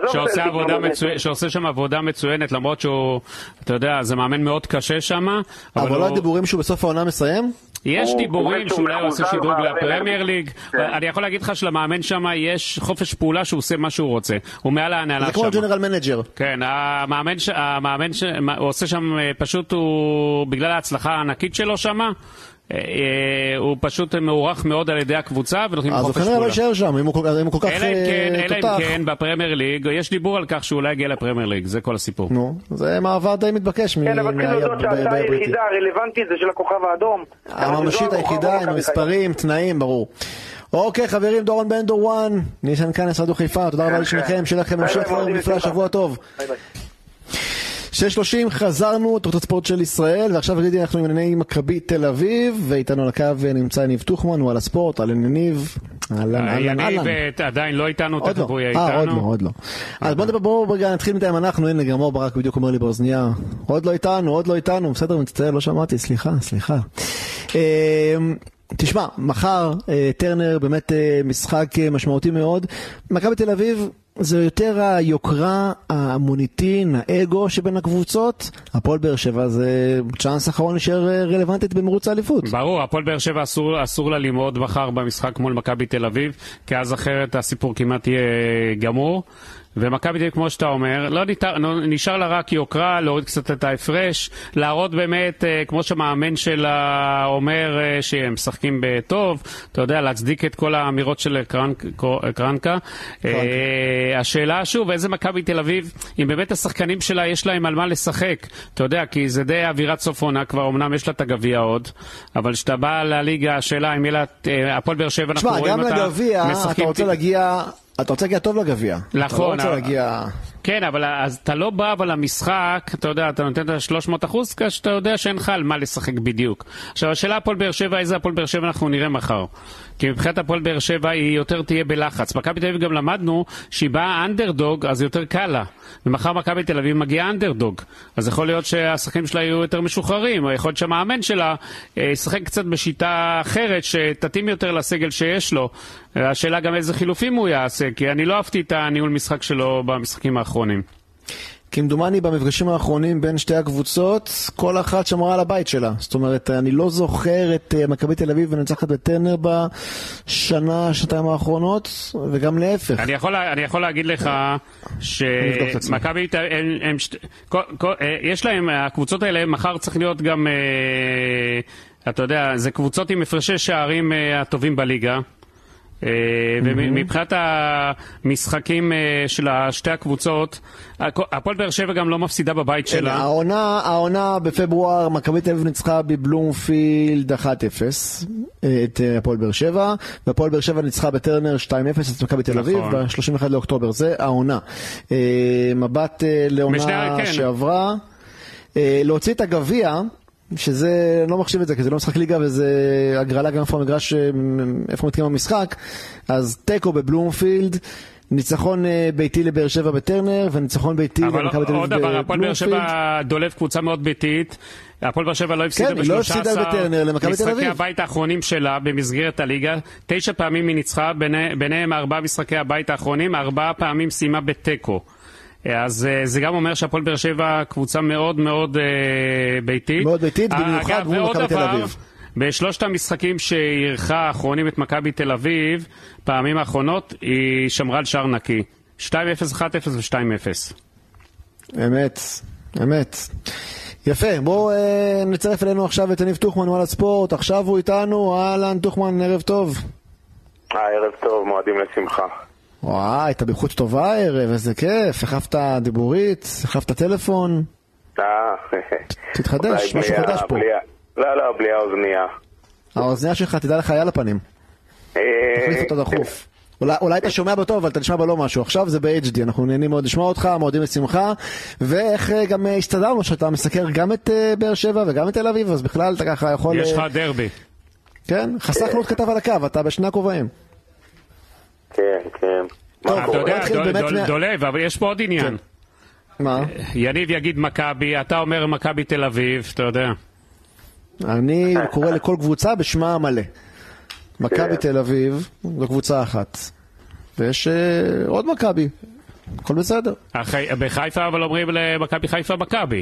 שעושה שם עבודה מצוינת, למרות שהוא, אתה יודע, זה מאמן מאוד קשה שם. אבל לא הדיבורים שהוא בסוף העונה מסיים? יש דיבורים שאולי הוא עושה שדרוג לפרמייר ליג. אני יכול להגיד לך שלמאמן שם יש חופש פעולה שהוא עושה מה שהוא רוצה. הוא מעל ההנהלה שם. זה כמו ג'נרל מנג'ר. כן, המאמן הוא עושה שם, פשוט הוא, בגלל ההצלחה הענקית שלו שם, הוא פשוט מעורך מאוד על ידי הקבוצה ונותנים חופש פעולה. אז הוא כנראה לא יישאר שם, אם הוא כל כך תותח. אלא אם כן, בפרמייר ליג, יש דיבור על כך שאולי יגיע לפרמייר ליג, זה כל הסיפור. נו, זה מעבר די מתבקש. כן, אבל כאילו זאת שההצעה היחידה הרלוונטית זה של הכוכב האדום. הממשית היחידה, עם המספרים, תנאים, ברור. אוקיי, חברים, דורון בנדור 1, ניסן כנס רדיו חיפה, תודה רבה לשניכם, שיהיה לכם המשך נפלא, שבוע טוב. ביי ביי. 6:30 חזרנו, תוכנית הספורט של ישראל, ועכשיו גידי אנחנו עם ענייני מכבי תל אביב, ואיתנו על הקו נמצא יניב תוכמן, הוא על הספורט, על יניב, יניב עדיין לא איתנו, תכף הוא יהיה איתנו. עוד לא. אז בואו נתחיל מתאים אנחנו, הנה גרמור ברק בדיוק אומר לי באוזניה, עוד לא איתנו, בסדר, מצטער, לא שמעתי, סליחה. תשמע, מחר טרנר באמת משחק משמעותי מאוד, מכבי תל אביב זה יותר היוקרה, המוניטין, האגו שבין הקבוצות. הפועל באר שבע זה צ'אנס אחרון להישאר רלוונטית במרוץ האליפות. ברור, הפועל באר שבע אסור לה לימוד מחר במשחק מול מכבי תל אביב, כי אז אחרת הסיפור כמעט יהיה גמור. ומכבי תל אביב, כמו שאתה אומר, נשאר לה רק יוקרה, להוריד קצת את ההפרש, להראות באמת, כמו שמאמן שלה אומר, שהם משחקים בטוב, אתה יודע, להצדיק את כל האמירות של קרנקה. השאלה שוב, איזה מכבי תל אביב, אם באמת השחקנים שלה יש להם על מה לשחק, אתה יודע, כי זה די אווירת סוף עונה, כבר אמנם יש לה את הגביע עוד, אבל שאתה בא לליגה, השאלה אם יהיה לה, הפועל באר שבע, אנחנו רואים אותה, גם לגביע, אתה רוצה להגיע טוב לגביע. נכון. אתה לא רוצה להגיע... כן, אבל אז אתה לא בא אבל למשחק, אתה יודע, אתה נותן את ה-300%, כשאתה יודע שאין לך על מה לשחק בדיוק. עכשיו, השאלה הפועל באר שבע, איזה הפועל באר שבע אנחנו נראה מחר. כי מבחינת הפועל באר שבע היא יותר תהיה בלחץ. מכבי תל אביב גם למדנו שהיא באה אנדרדוג, אז יותר קל לה. ומחר מכבי תל אביב מגיעה אנדרדוג. אז יכול להיות שהשחקים שלה יהיו יותר משוחררים, או יכול להיות שהמאמן שלה ישחק קצת בשיטה אחרת, שתתאים יותר לסגל שיש לו. השאלה גם איזה חילופים הוא יעשה, כי אני לא אהבתי את הניהול משחק שלו במשחקים האחרונים. כמדומני במפגשים האחרונים בין שתי הקבוצות, כל אחת שמרה על הבית שלה. זאת אומרת, אני לא זוכר את מכבי תל אביב ונצחת בטרנר שנתיים האחרונות, וגם להפך. אני יכול להגיד לך שמכבי, יש להם, הקבוצות האלה מחר צריך להיות גם, אתה יודע, זה קבוצות עם הפרשי שערים הטובים בליגה. ומבחינת המשחקים של שתי הקבוצות, הפועל באר שבע גם לא מפסידה בבית שלה. העונה בפברואר, מכבי תל אביב ניצחה בבלומפילד 1-0 את הפועל באר שבע, והפועל באר שבע ניצחה בטרנר 2-0 את מכבי תל אביב ב-31 לאוקטובר. זה העונה. מבט לעונה שעברה, להוציא את הגביע, שזה, לא מחשיב את זה, כי זה לא משחק ליגה וזה הגרלה גם איפה המגרש, איפה מתקיים המשחק. אז טקו בבלומפילד, ניצחון ביתי לבאר שבע בטרנר, וניצחון ביתי למכבי תל אביב בבלומפילד. עוד דבר, הפועל באר שבע דולב קבוצה מאוד ביתית, הפועל באר שבע לא הפסידה ב-13 משחקי הבית האחרונים שלה במסגרת הליגה, 9 פעמים היא ניצחה, ביניהם 4 משחקי הבית האחרונים, 4 פעמים סיימה בטקו. אז זה גם אומר שהפועל באר שבע קבוצה מאוד מאוד ביתית. מאוד ביתית, במיוחד מול מכבי תל אביב. בשלושת המשחקים שאירחה האחרונים את מכבי תל אביב, פעמים האחרונות, היא שמרה על שער נקי. 2-0, 1-0 ו-2-0. אמת. יפה, בואו נצרף אלינו עכשיו את יניב טוחמן, וואלה ספורט. עכשיו הוא איתנו, אהלן טוחמן, ערב טוב. ערב טוב, מועדים לשמחה. וואי, הייתה באיכות טובה הערב, איזה כיף, החפת דיבורית, החפת טלפון. תתחדש, משהו חדש פה. לא, בלי האוזניה. האוזניה שלך, תדע לך, היה לפנים. תחליף אותו דחוף. אולי אתה שומע בטוב, אבל אתה נשמע בלא משהו. עכשיו זה ב-HD, אנחנו נהנים מאוד לשמוע אותך, מועדים לשמחה, ואיך גם הסתדרנו שאתה מסקר גם את באר שבע וגם את תל אביב, אז בכלל אתה ככה יכול... יש לך דרבי. כן, חסכנו את כתב על הקו, אתה בשני הכובעים. כן. טוב, אתה יודע, דולב, אבל יש פה עוד עניין. מה? יניב יגיד מכבי, אתה אומר מכבי תל אביב, אתה יודע. אני קורא לכל קבוצה בשמה המלא. מכבי תל אביב זו קבוצה אחת. ויש עוד מכבי. הכל בסדר. בחיפה אבל אומרים למכבי חיפה מכבי.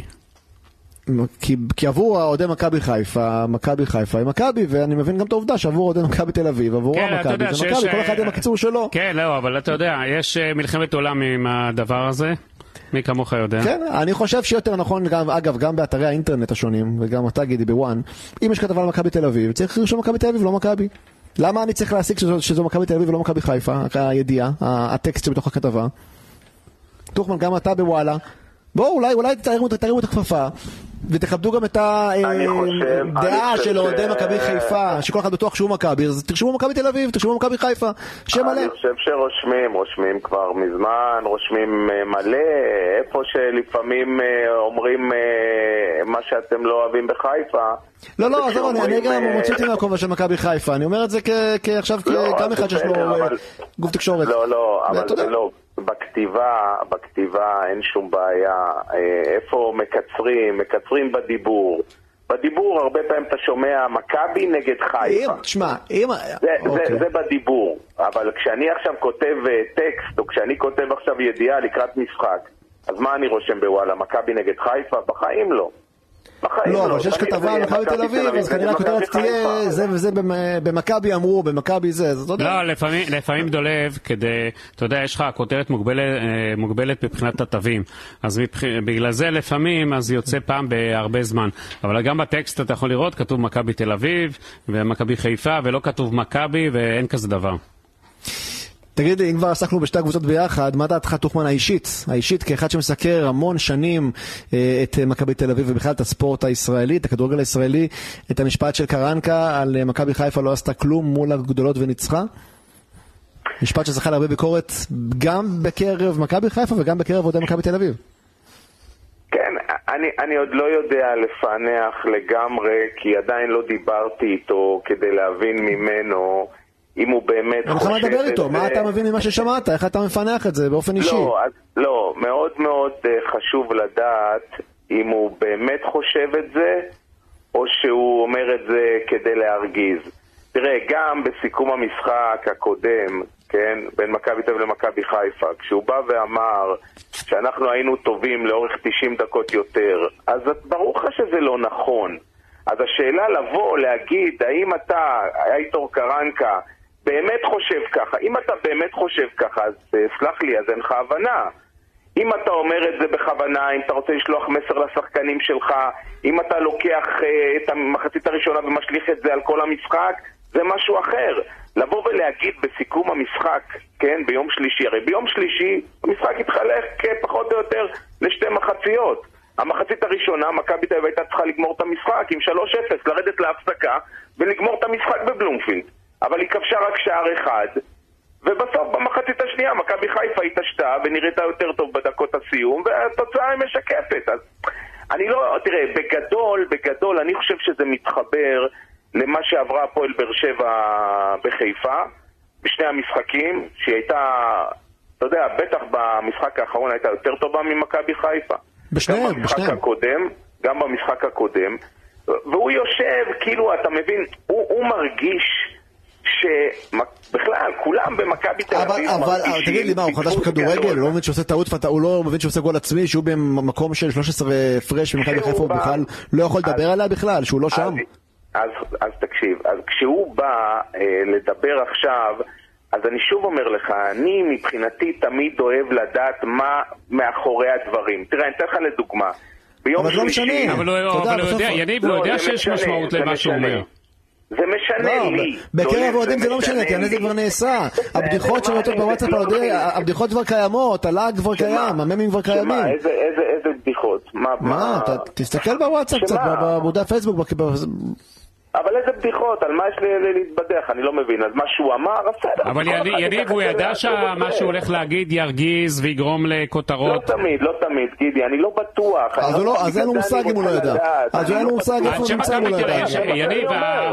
כי עבור אוהדי מכבי חיפה היא מכבי, ואני מבין גם את העובדה שעבור אוהדי מכבי תל אביב, עבור מכבי זה מכבי, כל אחד עם הקיצור שלו. כן, לא, אבל אתה יודע, יש מלחמת עולם עם הדבר הזה. מי כמוך יודע. כן, אני חושב שיותר נכון, אגב, גם באתרי האינטרנט השונים, וגם אתה גידי בוואן, אם יש כתבה על מכבי תל אביב, צריך לרשום מכבי תל אביב, לא מכבי. למה אני צריך להסיק שזו מכבי תל אביב ולא מכבי חיפה, הידיעה, הטקסט שבתוך הכתבה? טוחמן, גם אתה בוואלה. בואו, אולי תרימו את הכפפה, ותכבדו גם את הדעה של אוהדי מכבי חיפה, שכל אחד בטוח שהוא מכבי, אז תרשמו מכבי תל אביב, תרשמו מכבי חיפה, שם מלא. אני חושב שרושמים כבר מזמן, רושמים מלא, איפה שלפעמים אומרים מה שאתם לא אוהבים בחיפה. לא, אז אני גם מוציא אותי מהכובע של מכבי חיפה, אני אומר את זה עכשיו גם אחד שיש לו גוף תקשורת. לא, אבל לא. בכתיבה אין שום בעיה. איפה מקצרים בדיבור הרבה פעמים אתה שומע מכבי נגד חיפה. זה בדיבור. אבל כשאני עכשיו כותב טקסט, או כשאני כותב עכשיו ידיעה לקראת משחק, אז מה אני רושם בוואלה? מכבי נגד חיפה? בחיים לא. לא, אבל שיש כתבה על מכבי תל אביב, אז כנראה הכותרת תהיה זה וזה במכבי אמרו, במכבי זה, אז אתה יודע. לא, לפעמים דולב, כדי, אתה יודע, יש לך כותרת מוגבלת מבחינת התווים, אז בגלל זה לפעמים, אז יוצא פעם בהרבה זמן. אבל גם בטקסט אתה יכול לראות, כתוב מכבי תל אביב ומכבי חיפה, ולא כתוב מכבי, ואין כזה דבר. תגיד לי, אם כבר עסקנו בשתי הקבוצות ביחד, מה דעתך תוכמן האישית כאחד שמסקר המון שנים את מכבי תל אביב ובכלל את הספורט הישראלי, את הכדורגל הישראלי, את המשפט של קרנקה על מכבי חיפה לא עשתה כלום מול הגדולות וניצחה? משפט שזכה להרבה ביקורת גם בקרב מכבי חיפה וגם בקרב אוהדי מכבי תל אביב. כן, אני עוד לא יודע לפענח לגמרי, כי עדיין לא דיברתי איתו כדי להבין ממנו אם הוא באמת חושב את זה. לדבר איתו, מה אתה מבין ממה ששמעת? איך אתה מפענח את זה באופן אישי? לא, מאוד מאוד חשוב לדעת אם הוא באמת חושב את זה, או שהוא אומר את זה כדי להרגיז. תראה, גם בסיכום המשחק הקודם, כן, בין מכבי תל אביב למכבי חיפה, כשהוא בא ואמר שאנחנו היינו טובים לאורך 90 דקות יותר, אז ברור לך שזה לא נכון. אז השאלה לבוא, להגיד, האם אתה, אייטור קרנקה, באמת חושב ככה? אם אתה באמת חושב ככה, אז סלח לי, אז אין לך הבנה. אם אתה אומר את זה בכוונה, אם אתה רוצה לשלוח מסר לשחקנים שלך, אם אתה לוקח את המחצית הראשונה ומשליך את זה על כל המשחק, זה משהו אחר. לבוא ולהגיד בסיכום המשחק, כן, ביום שלישי, הרי ביום שלישי המשחק התחלק פחות או יותר לשתי מחציות. המחצית הראשונה, מכבי תל אביב הייתה צריכה לגמור את המשחק עם 3-0, לרדת להפסקה ולגמור את המשחק בבלומפילד. אבל היא כבשה רק שער אחד, ובסוף במחצית השנייה מכבי חיפה התעשתה ונראתה יותר טוב בדקות הסיום, והתוצאה משקפת. אז אני לא, תראה, בגדול אני חושב שזה מתחבר למה שעברה הפועל באר שבע בחיפה, בשני המשחקים, שהיא הייתה, אתה יודע, בטח במשחק האחרון הייתה יותר טובה ממכבי חיפה. גם במשחק הקודם, והוא יושב, כאילו, אתה מבין, הוא מרגיש שבכלל, כולם במכבי תל אביב אבל תגיד לי מה, הוא חדש בכדורגל, הוא לא מבין שעושה טעות, הוא לא מבין שעושה גול עצמי, שהוא במקום של 13 פרש במכבי חיפה, הוא בכלל לא יכול לדבר עליה בכלל, שהוא לא שם. אז תקשיב, אז כשהוא בא לדבר עכשיו, אז אני שוב אומר לך, אני מבחינתי תמיד אוהב לדעת מה מאחורי הדברים. תראה, אני אתן לך לדוגמה. אבל לא משנה. אבל הוא יודע, יניב, הוא יודע שיש משמעות למה שהוא אומר. זה משנה לי. בקרב אוהדים זה לא משנה, כי הנזק כבר נעשה. הבדיחות שנותות בוואטסאפ, הבדיחות כבר קיימות, הלאג כבר קיים, הממים כבר קיימים. איזה בדיחות? מה? תסתכל בוואטסאפ קצת, בעמודי הפייסבוק. אבל איזה בדיחות, על מה יש להתבדח? אני לא מבין. אז מה שהוא אמר, בסדר. אבל יניב, הוא ידע שמה שהוא הולך להגיד ירגיז ויגרום לכותרות. לא תמיד, גידי, אני לא בטוח. אז אין לו מושג אם הוא לא ידע. אז אין לו מושג איפה הוא נמצא אם הוא לא ידע. יניב,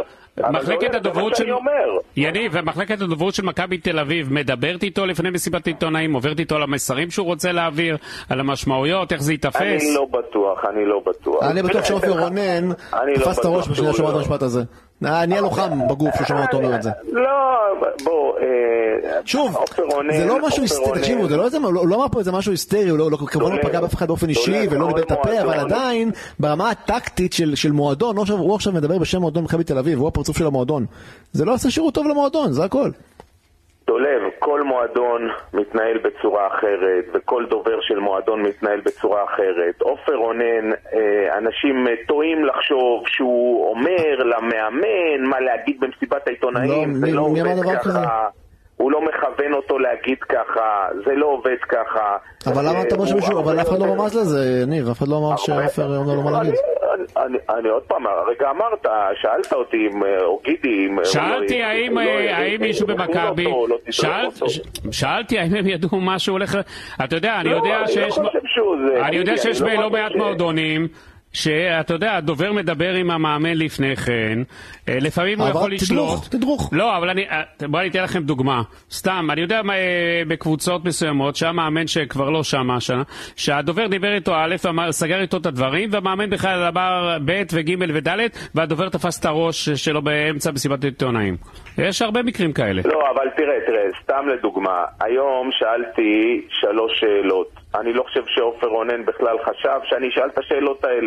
ומחלקת הדוברות של מכבי תל אביב מדברת איתו לפני מסיבת עיתונאים, עוברת איתו על המסרים שהוא רוצה להעביר, על המשמעויות, איך זה יתפס? אני לא בטוח. אני בטוח שאופר רונן תפס את הראש בשביל לשמוע את המשפט הזה. אני הלוחם בגוף ששמע אותו אומר את זה. לא, בוא, שוב, זה לא משהו היסטרי, תקשיבו, הוא לא אמר פה איזה משהו היסטרי, הוא כמובן לא פגע באף אחד באופן אישי ולא ניבל את הפה, אבל עדיין ברמה הטקטית של מועדון, הוא עכשיו מדבר בשם מועדון מכבי תל אביב, הוא הפרצוף של המועדון, זה לא עושה שירות טוב למועדון, זה הכל. דולב, כל מועדון מתנהל בצורה אחרת, וכל דובר של מועדון מתנהל בצורה אחרת. אופר רונן, אנשים טועים לחשוב שהוא אומר למאמן מה להגיד במסיבת העיתונאים, זה לא עובד ככה. הוא לא מכוון אותו להגיד ככה, זה לא עובד ככה. אבל למה אתה אומר מישהו, אבל אף אחד לא רמז לזה, ניר, אף אחד לא אמר שאופר אומר לו מה להגיד. אני עוד פעם, הרגע אמרת, שאלת אותי, או גידי, שאלתי האם מישהו במכבי, שאלתי האם הם ידעו משהו הולך, אתה יודע, אני יודע שיש לא מעט מועדונים, שאתה יודע, הדובר מדבר עם המאמן לפני כן, לפעמים הוא יכול לשלוט. תדרוך. לא, אבל בוא אני אתן לכם דוגמה. סתם, אני יודע בקבוצות מסוימות, שהמאמן שכבר לא שם השנה, שהדובר דיבר איתו א', סגר איתו את הדברים, והמאמן בכלל אמר ב' וג' וד', והדובר תפס את הראש שלו באמצע מסיבת עיתונאים. יש הרבה מקרים כאלה. לא, אבל תראה, סתם לדוגמה, היום שאלתי 3 שאלות. אני לא חושב שאופר רונן בכלל חשב שאני אשאל את השאלות האלה.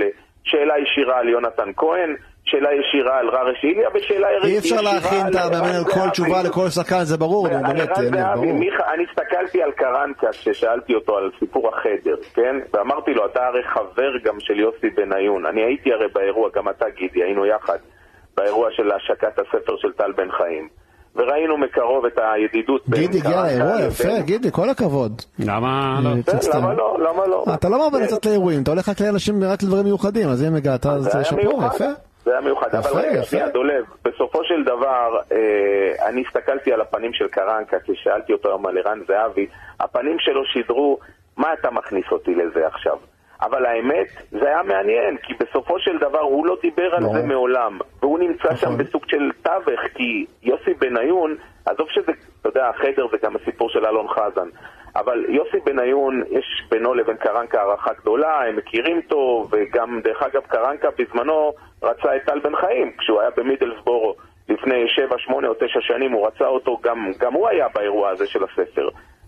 שאלה ישירה על יונתן כהן, שאלה ישירה על ררש איליה, ושאלה אי אפשר להכין את המאמן על כל תשובה לכל שחקן, זה ברור, באמת, ברור. אני הסתכלתי על קרנקה כששאלתי אותו על סיפור החדר, כן? ואמרתי לו, אתה הרי חבר גם של יוסי בניון, אני הייתי הרי באירוע, גם אתה גידי, היינו יחד, באירוע של השקת הספר של טל בן חיים. וראינו מקרוב את הידידות בין גידי, הגיע לאירוע, יפה, גידי, כל הכבוד. למה לא? למה לא? אתה לא מרבה לצאת לאירועים, אתה הולך רק לאנשים רק לדברים מיוחדים, אז אם הגעת, זה שפור, יפה. זה היה מיוחד, אבל רגע, שנייה, דולב, בסופו של דבר, אני הסתכלתי על הפנים של קרנקה, כששאלתי אותו על ערן זהבי, הפנים שלו שידרו, מה אתה מכניס אותי לזה עכשיו? אבל האמת, זה היה מעניין, כי בסופו של דבר הוא לא דיבר על זה מעולם, והוא נמצא שם בסוג של תווך, כי יוסי בניון, עזוב שזה, אתה יודע, החדר זה גם הסיפור של אלון חזן, אבל יוסי בניון, יש בינו לבין קרנקה הערכה גדולה, הם מכירים טוב, וגם דרך אגב קרנקה בזמנו רצה את טל בן חיים, כשהוא היה במידלסבורו לפני 7, 8 או 9 שנים, הוא רצה אותו, גם הוא היה באירוע הזה של הספר,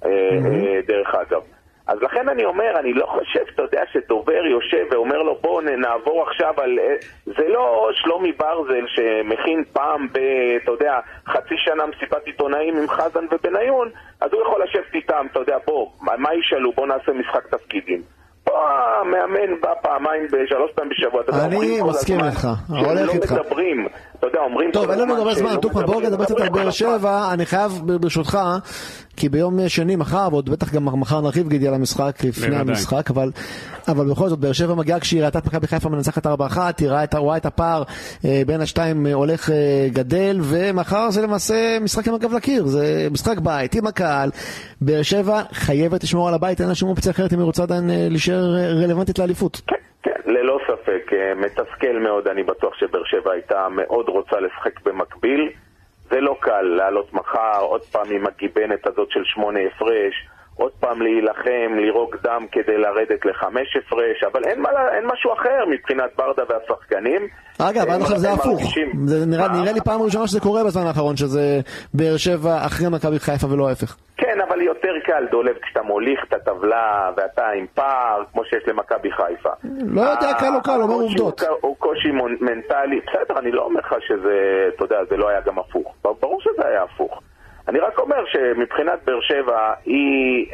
דרך אגב. אז לכן אני אומר, אני לא חושב, אתה יודע, שדובר יושב ואומר לו, בוא נעבור עכשיו על... זה לא שלומי ברזל שמכין פעם אתה יודע, חצי שנה מסיבת עיתונאים עם חזן ובניון, אז הוא יכול לשבת איתם, אתה יודע, בוא, מה ישאלו? בוא נעשה משחק תפקידים. פה המאמן בא פעמיים, 3 פעמים בשבוע. אני מסכים איתך, הולך איתך. לא מדברים, אתה יודע, אומרים... טוב, אין לנו הרבה זמן, תוקמה, בואו נדבר קצת על באר שבע, אני חייב ברשותך, כי ביום שני מחר, ועוד בטח גם מחר נרחיב גידי על המשחק, לפני המשחק, אבל בכל זאת, באר שבע מגיעה כשהיא ראתה את מכבי חיפה מנצחת 4-1, היא רואה את הפער בין השתיים הולך גדל, ומחר זה למעשה משחק עם הגב לקיר, זה משחק בית, עם הקהל, באר שבע חייבת לשמור על הבית, אין לה שום אופציה אחרת אם היא רוצה עדיין להישאר רלוונטית לאליפות. כן, ללא ספק, מתסכל מאוד, אני בטוח שבאר שבע הייתה מאוד רוצה לשחק במקביל, זה לא קל לעלות מחר, עוד פעם עם הגיבנת הזאת של 8 הפרש, עוד פעם להילחם, לירוק דם כדי לרדת ל5 הפרש, אבל אין משהו אחר מבחינת ברדה והשחקנים. אגב, עד עכשיו זה הפוך. זה נראה לי פעם ראשונה שזה קורה בזמן האחרון, שזה באר שבע אחרי מכבי חיפה ולא ההפך. כן, אבל יותר קל, דולב, כשאתה מוליך את הטבלה ואתה עם פער, כמו שיש למכבי חיפה. לא יודע, קל או קל, אומר עובדות. הוא קושי מנטלי. בסדר, אני לא אומר לך שזה, אתה יודע, זה לא היה גם הפוך. ברור שזה היה הפוך. אני רק אומר שמבחינת באר שבע היא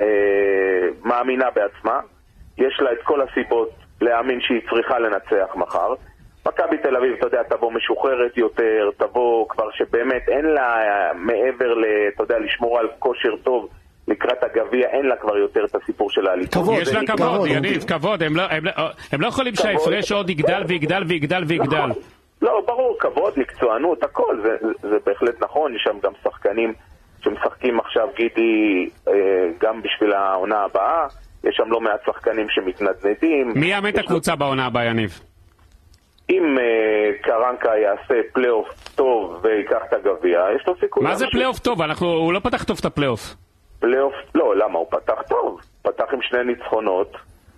מאמינה בעצמה, יש לה את כל הסיבות להאמין שהיא צריכה לנצח מחר. מכבי תל אביב, אתה יודע, תבוא משוחררת יותר, תבוא כבר שבאמת אין לה מעבר אתה יודע, לשמור על כושר טוב לקראת הגביע, אין לה כבר יותר את הסיפור של האליפות. יש לה כבוד, יניב, כבוד, הם לא יכולים שההפרש עוד יגדל ויגדל ויגדל ויגדל. לא, ברור, כבוד, מקצוענות, הכל, זה בהחלט נכון, יש שם גם שחקנים שמשחקים עכשיו גידי גם בשביל העונה הבאה, יש שם לא מעט שחקנים שמתנדנדים. מי יאמן את הקבוצה בעונה הבאה, יניב? אם קרנקה יעשה פלייאוף טוב ויקח את הגביע, יש לו סיכוי. מה זה פלייאוף טוב? הוא לא פתח טוב את הפלייאוף. פלייאוף, לא, למה? הוא פתח טוב. פתח עם 2 ניצחונות,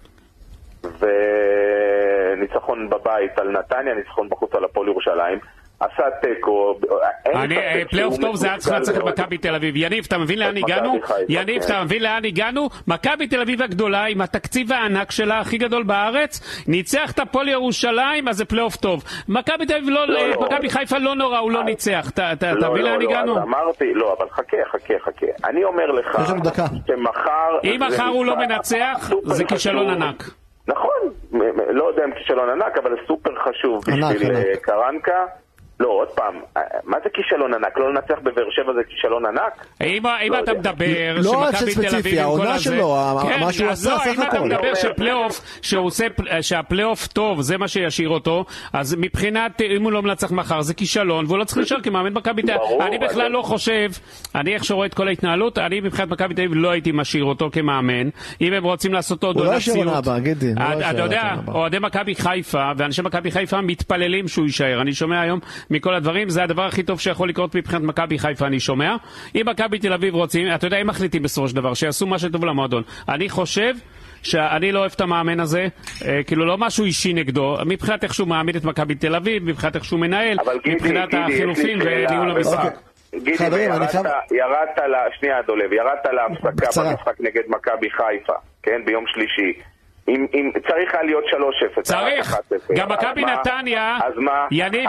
וניצחון בבית על נתניה, ניצחון בחוץ על הפועל ירושלים. עשה טקו. פלייאוף טוב זה צריך לצחק את מכבי תל אביב. יניב, אתה מבין לאן הגענו? יניב, אתה מבין לאן הגענו? מכבי תל אביב הגדולה עם התקציב הענק שלה הכי גדול בארץ, ניצח את הפועל ירושלים, אז זה פלייאוף טוב. מכבי תל אביב לא, מכבי חיפה לא נורא, הוא לא ניצח. אתה מבין לאן הגענו? אמרתי, לא, אבל חכה. אני אומר לך שמחר... אם מחר הוא לא מנצח, זה כישלון ענק. נכון, לא יודע אם כישלון ענק, אבל זה סופר חשוב בשביל קרנקה. לא, עוד פעם, מה זה כישלון ענק? לא לנצח בבאר שבע זה כישלון ענק? אם אתה מדבר שמכבי תל אביב העונה שלו, מה שהוא עשה סך הכל. אם אתה מדבר שהפלייאוף טוב, זה מה שישאיר אותו, אז מבחינת אם הוא לא מנצח מחר זה כישלון, והוא לא צריך להישאר כמאמן מכבי תל אביב. אני בכלל לא חושב, אני איך שרואה את כל ההתנהלות, אני מבחינת מכבי תל אביב לא הייתי משאיר אותו כמאמן. אם הם רוצים לעשות עוד דונציות, אתה יודע, אוהדי מכבי חיפה ואנשי מכבי חיפה מתפללים שהוא יישאר. אני שומע היום מכל הדברים, זה הדבר הכי טוב שיכול לקרות מבחינת מכבי חיפה, אני שומע. אם מכבי תל אביב רוצים, אתה יודע, הם מחליטים בסופו של דבר, שיעשו מה שטוב למועדון. אני חושב שאני לא אוהב את המאמן הזה, כאילו לא משהו אישי נגדו, מבחינת איך שהוא מעמיד את מכבי תל אביב, מבחינת איך שהוא מנהל, מבחינת החילופים וניהול המשחק. גידי, ירדת להפסקה במשחק נגד מכבי חיפה, כן, ביום שלישי. צריך היה להיות 3-0. צריך. גם מכבי נתניה, יניב,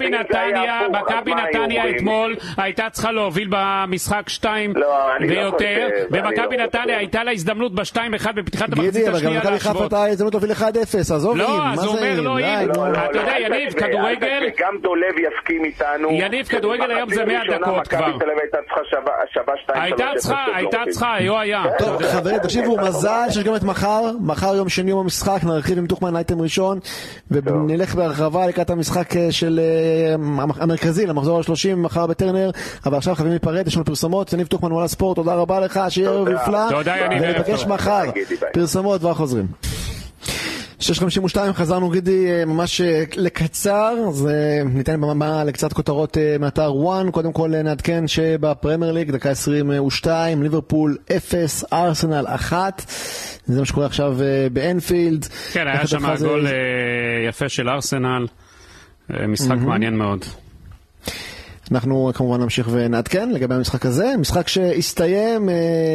מכבי נתניה אתמול הייתה צריכה להוביל במשחק 2 ויותר, ומכבי נתניה הייתה לה הזדמנות ב-2-1 בפתיחת המחצית השנייה להשוות. מכבי חיפה הייתה הזדמנות להוביל 1-0, עזוב. לא, אז הוא אומר לא אם. אתה יודע, יניב, כדורגל... גם דולב יסכים איתנו. יניב, כדורגל היום זה 100 דקות כבר. מכבי תל אביב הייתה צריכה שווה 2-3. הייתה צריכה, היה. טוב, חברים, תקשיבו, מזל שיש גם את מחר יום שני יום המשחק, נרחיב עם תוכמן אייטם ראשון ונלך בהרחבה לקראת המשחק של המרכזי למחזור ה-30 מחר בטרנר, אבל עכשיו חייבים להיפרד, יש לנו פרסומות. יניב תוכמן וואלה ספורט, תודה רבה לך, שיהיה ערב נפלא, ונפגש מחר. פרסומות וחוזרים. 6:52, חזרנו גידי ממש לקצר, אז ניתן במה לקצת כותרות מאתר וואן. קודם כל נעדכן שבפרמייר ליג דקה 22, ליברפול 0, ארסנל 1, זה מה שקורה עכשיו באנפילד. כן, היה שם גול יפה של ארסנל, משחק מעניין מאוד. אנחנו כמובן נמשיך ונעדכן לגבי המשחק הזה, משחק שהסתיים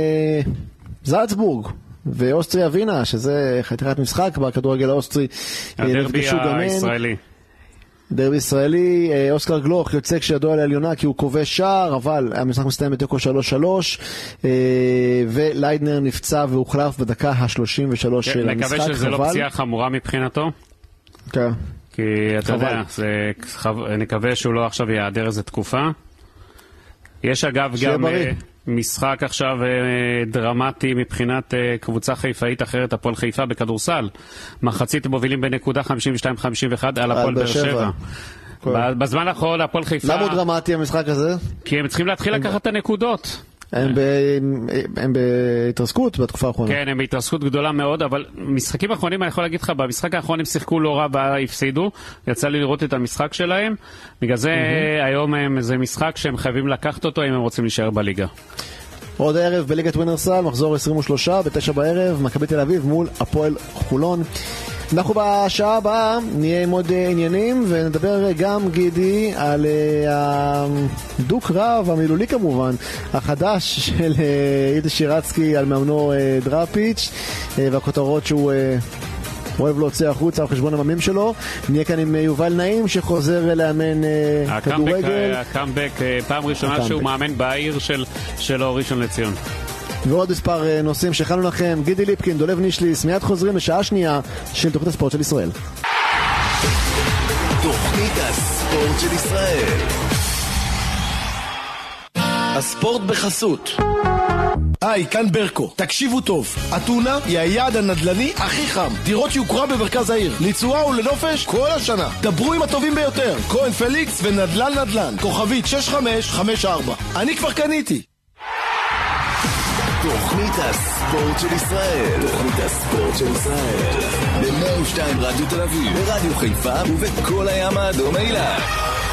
זלצבורג ואוסטריה וינה, שזה חתיכת משחק בכדורגל האוסטרי. הדרבי הישראלי. דרבי ישראלי, אוסקר גלוך יוצא כשידוע לעליונה כי הוא כובש שער, אבל המשחק מסתיים בתיקו 3-3, וליידנר נפצע והוחלף בדקה ה-33 של המשחק. מקווה שזה לא פציעה חמורה מבחינתו. כן. כי אתה יודע, נקווה שהוא לא עכשיו יעדר איזה תקופה. יש אגב גם משחק עכשיו דרמטי מבחינת קבוצה חיפאית אחרת, הפועל חיפה בכדורסל. מחצית מובילים בנקודה 52-51 על הפועל באר שבע. בזמן האחרון הפועל חיפה... למה הוא דרמטי המשחק הזה? כי הם צריכים להתחיל לקחת את הנקודות. הם בהתרסקות בתקופה האחרונה. כן, הם בהתרסקות גדולה מאוד, אבל משחקים האחרונים, אני יכול להגיד לך, במשחק האחרון הם שיחקו לא רע והפסידו, יצא לי לראות את המשחק שלהם, בגלל זה היום זה משחק שהם חייבים לקחת אותו אם הם רוצים להישאר בליגה. עוד הערב בליגת ווינרסל, מחזור 23, ב-9 בערב, מכבי תל אביב מול הפועל חולון. אנחנו בשעה הבאה נהיה עם עוד עניינים ונדבר גם גידי על הדוק רב המילולי כמובן החדש של אידי שירצקי על מאמנו דראפיץ' והכותרות שהוא אוהב להוציא החוצה על חשבון המאמנים שלו. נהיה כאן עם יובל נעים שחוזר לאמן כדורגל. הקאמבק, פעם ראשונה שהוא מאמן בעיר של ראשון לציון. ועוד מספר נושאים שהכנו לכם. גידי ליפקין, דולב נישליס, מיד חוזרים לשעה שנייה של תוכנית הספורט של ישראל. תוכנית הספורט של ישראל. הספורט בחסות. היי, כאן ברקו. תקשיבו טוב. אתונה היא היעד הנדל"ני הכי חם. דירות שיוקרה במרכז העיר. ליצועה ולנופש כל השנה. דברו עם הטובים ביותר. כהן פליקס ונדל"ן נדל"ן. כוכבית 6554. אני כבר קניתי. תוכנית הספורט של ישראל. תוכנית הספורט של ישראל. ב-102 רדיו תל אביב, ברדיו חיפה ובכל הים האדום אילת.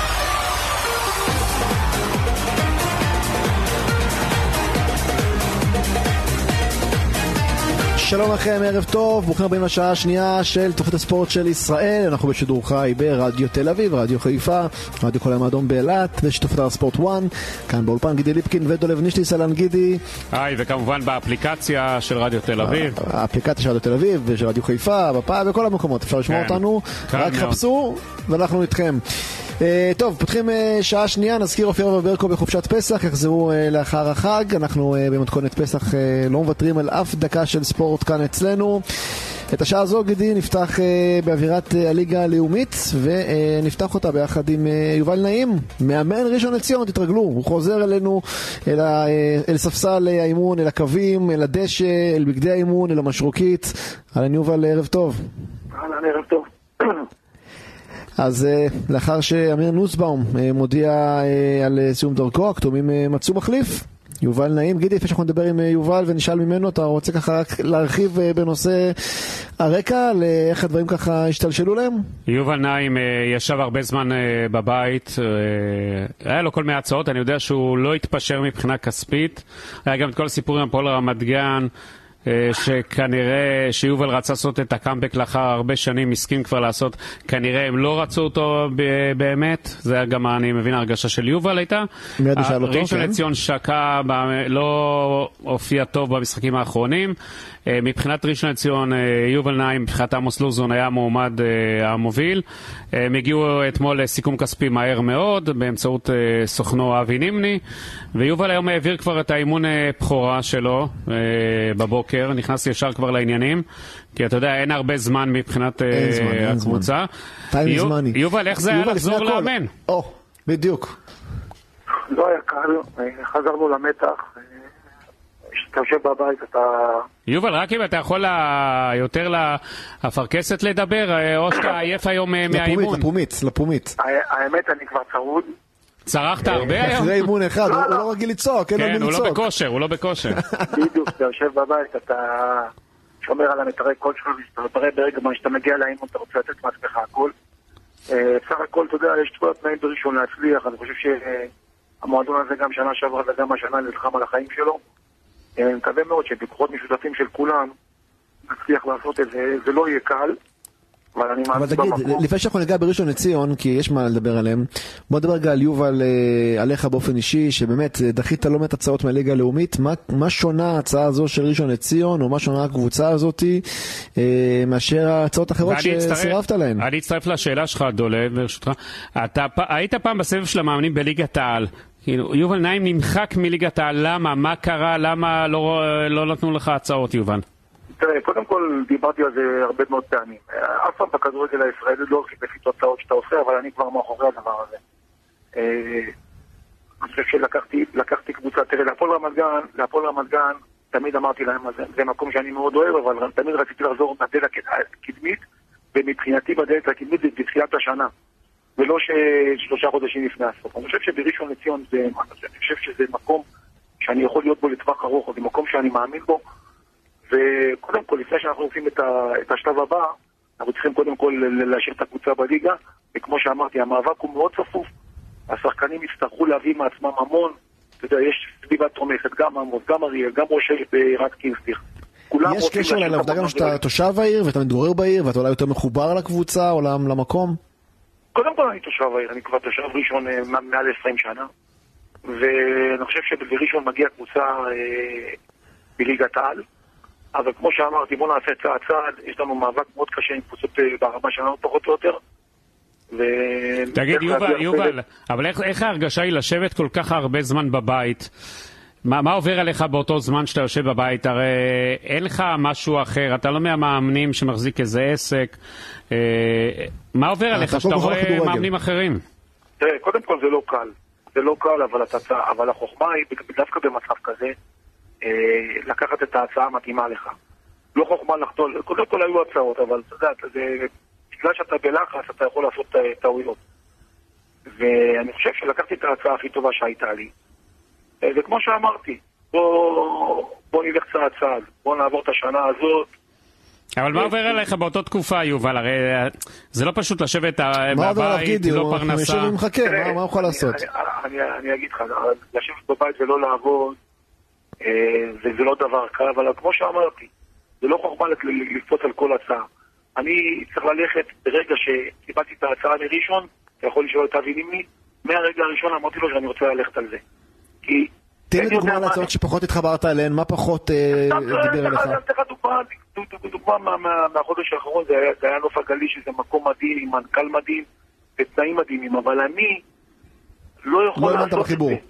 שלום לכם, ערב טוב, ברוכים הבאים לשעה השנייה של תוכנית הספורט של ישראל. אנחנו בשידור חי ברדיו תל אביב, רדיו חיפה, רדיו כל הים האדום באילת, בשיתוף הספורט 1. כאן באולפן גידי ליפקין ודולב נישליס. אהלן גידי. היי, וכמובן באפליקציה של רדיו תל אביב. האפליקציה של רדיו תל אביב ושל רדיו חיפה, בפעם בכל המקומות. אפשר לשמוע אותנו, רק חפשו ואנחנו איתכם. טוב, פותחים שעה שנייה, נזכיר אופיר וברקו בחופשת פסח, יחזרו לאחר החג. אנחנו במתכונת פסח לא מוותרים על אף דקה של ספורט כאן אצלנו. את השעה הזו גידי נפתח באווירת הליגה הלאומית, ונפתח אותה ביחד עם יובל נעים, מאמן ראשון לציון. תתרגלו, הוא חוזר אלינו אל ספסל האימון, אל הקווים, אל הדשא, אל בגדי האימון, אל המשרוקית. אהלן יובל, ערב טוב. אהלן, ערב טוב. אז לאחר שאמיר נוסבאום מודיע על סיום דרכו, הכתומים מצאו מחליף. יובל נעים. גידי, לפני שאנחנו נדבר עם יובל ונשאל ממנו, אתה רוצה ככה רק להרחיב בנושא הרקע, לאיך הדברים ככה השתלשלו להם? יובל נעים ישב הרבה זמן בבית, היה לו כל מיני הצעות, אני יודע שהוא לא התפשר מבחינה כספית, היה גם את כל הסיפורים על הפועל רמת גן, שכנראה שיובל רצה לעשות את הקאמבק לאחר הרבה שנים, מסכים כבר לעשות, כנראה הם לא רצו אותו באמת, זה גם אני מבין הרגשה של יובל הייתה. ראשון לציון שקע, לא הופיע טוב במשחקים האחרונים, מבחינת ראשון לציון יובל נעים, מבחינת עמוס לוזון היה מועמד המוביל, הם הגיעו אתמול לסיכום כספי מהר מאוד באמצעות סוכנו אבי נימני, ויובל היום העביר כבר את האימון בחורה שלו בבוקר, נכנס ישר כבר לעניינים, כי אתה יודע, אין הרבה זמן מבחינת הקבוצה. יובל, איך זה היה לחזור לאמן? בדיוק. לא היה קל, חזרנו למתח, כשאתה יושב בבית אתה... יובל, רק אם אתה יכול יותר לפרקסת לדבר, או שאתה עייף היום מהאימון. לפומית. האמת, אני כבר צרוד. צרחת הרבה היום? אחרי אימון אחד, הוא לא רגיל לצעוק, כן, הוא לא בכושר. בדיוק, אתה יושב בבית, אתה שומר על המטרי קול שלך, ואתה ברגע שאתה מגיע לאימון, אתה רוצה לתת מעצמך הכל. בסך הכל, אתה יודע, יש כל התנאים בראשון להצליח, אני חושב שהמועדון הזה גם שנה שעברה וגם השנה נלחם על החיים שלו. אני מקווה מאוד שבכוחות משותפים של כולם נצליח לעשות את זה, זה לא יהיה קל, אבל אני אבל תגיד, לפני שאנחנו ניגע בראשון לציון, כי יש מה לדבר עליהם, בוא נדבר רגע על יובל, עליך באופן אישי, שבאמת דחית לא מעט הצעות מהליגה הלאומית, מה שונה ההצעה הזו של ראשון לציון, או מה שונה הקבוצה הזאת, מאשר ההצעות האחרות שסירבת להן? אני אצטרף לשאלה שלך, דולב, ברשותך. אתה היית פעם בסבב של המאמנים בליגת העל, יובל נעים נמחק מליגת העל, למה? מה קרה? למה לא נתנו לך הצעות, יובל? תראה, קודם כל דיברתי על זה הרבה מאוד פעמים. אף פעם בכדורגל הישראלי לא הולכים לפי תוצאות שאתה עושה, אבל אני כבר מאחורי הדבר הזה. אני חושב שלקחתי קבוצה, תראה, להפועל רמת גן, תמיד אמרתי להם, זה מקום שאני מאוד אוהב, אבל תמיד רציתי לחזור בדלת הקדמית, ומבחינתי בדלת הקדמית זה בתחילת השנה, ולא שלושה חודשים לפני הסוף. אני חושב שבראשון לציון אני חושב שזה מקום שאני יכול להיות בו לטווח ארוך, זה מקום שאני מאמין בו, וקודם כל, לפני שאנחנו עושים את השלב הבא, אנחנו צריכים קודם כל להשאיר את הקבוצה בליגה, וכמו שאמרתי, המאבק הוא מאוד צפוף, השחקנים יצטרכו להביא מעצמם המון, אתה יודע, יש סביבה תומכת, גם עמוס, גם אריאל, גם ראשל בירת קינסטיך. יש קשר לעובדה גם שאתה תושב העיר, ואתה מתגורר בעיר, ואתה אולי יותר מחובר לקבוצה או למקום? קודם כל אני תושב העיר, אני כבר תושב ראשון מעל 20 שנה, ואני חושב שבראשון מגיע קבוצה בליגת העל, אבל כמו שאמרתי, בוא נעשה צעד צעד, יש לנו מאבק מאוד קשה עם קבוצות ברמה שלנו פחות או יותר. תגיד יובל, אבל איך ההרגשה היא לשבת כל כך הרבה זמן בבית? מה עובר עליך באותו זמן שאתה יושב בבית? הרי אין לך משהו אחר, אתה לא מהמאמנים שמחזיק איזה עסק. מה עובר עליך שאתה רואה מאמנים אחרים? תראה, קודם כל זה לא קל. זה לא קל, אבל החוכמה היא דווקא במצב כזה, לקחת את ההצעה המתאימה לך. לא חוכמה לחתול, קודם כל היו הצעות, אבל אתה יודע, בגלל שאתה בלחץ, אתה יכול לעשות טעויות. ואני חושב שלקחתי את ההצעה הכי טובה שהייתה לי. וכמו שאמרתי, בוא נלך צעד צעד, בוא נעבור את השנה הזאת. אבל מה עובר עליך באותה תקופה, יובל? הרי זה לא פשוט לשבת בבית, לא פרנסה. מה מחכה? מה יכול לעשות? אני אגיד לך, לשבת בבית ולא לעבוד, זה לא דבר קל, אבל כמו שאמרתי, זה לא חוכמה לקפוץ על כל הצעה. אני צריך ללכת ברגע שקיבלתי את ההצעה מראשון, אתה יכול לשאול את אבי נימני, מהרגע הראשון אמרתי לו שאני רוצה ללכת על זה. תן לי דוגמה להצעות שפחות התחברת עליהן, מה פחות דיבר עליך? אני אתן לך דוגמה מהחודש האחרון, זה היה נוף הגליל, שזה מקום מדהים, עם מנכ"ל מדהים, ותנאים מדהימים, אבל אני לא יכול לעשות את זה.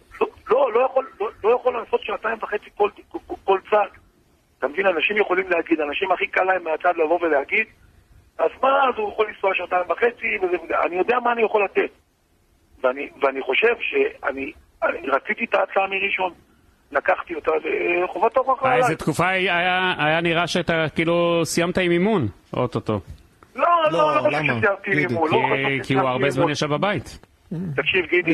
לא יכול לעשות 2.5 כל צד. אתה מבין, אנשים יכולים להגיד, אנשים הכי קל להם מהצד לבוא ולהגיד, אז מה, אז הוא יכול לנסוע 2.5, אני יודע מה אני יכול לתת. ואני חושב שאני רציתי את ההצעה מראשון, לקחתי אותה, וחובת הוכחה עליי. איזה תקופה היה נראה שאתה כאילו סיימת עם אימון, אוטוטו. לא חושב שסיימתי עם אימון. כי הוא הרבה זמן ישב בבית. תקשיב גידי,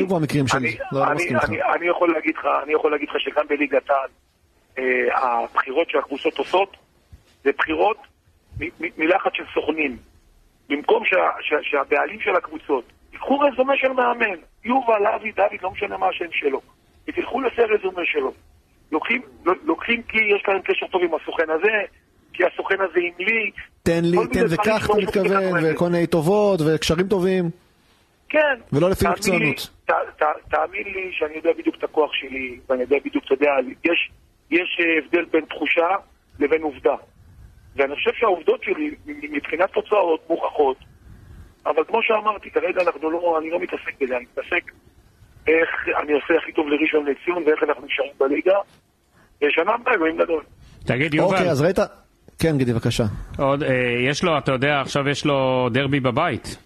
אני יכול להגיד לך שגם בליגת העל, הבחירות שהקבוצות עושות, זה בחירות מלחץ של סוכנים. במקום שהבעלים של הקבוצות ייקחו רזומה של מאמן, יובל, אבי, דוד, לא משנה מה השם שלו, ותלכו לפי הרזומה שלו, לוקחים כי יש להם קשר טוב עם הסוכן הזה, כי הסוכן הזה עם לי. תן וקח, אתה מתכוון, וכל מיני טובות, וקשרים טובים. כן. ולא לפי מקצוענות. תאמין לי שאני יודע בדיוק את הכוח שלי, ואני יודע בדיוק, אתה יודע, יש הבדל בין תחושה לבין עובדה. ואני חושב שהעובדות שלי, מבחינת תוצאות מוכחות, אבל כמו שאמרתי, כרגע אני לא מתעסק בזה, אני מתעסק איך אני עושה הכי טוב לראשון לציון, ואיך אנחנו נשארים בליגה, ושנה הבאה אלוהים גדול. תגיד, יובל. אוקיי, אז ראית? כן, גידי, בבקשה. עוד, יש לו, אתה יודע, עכשיו יש לו דרבי בבית.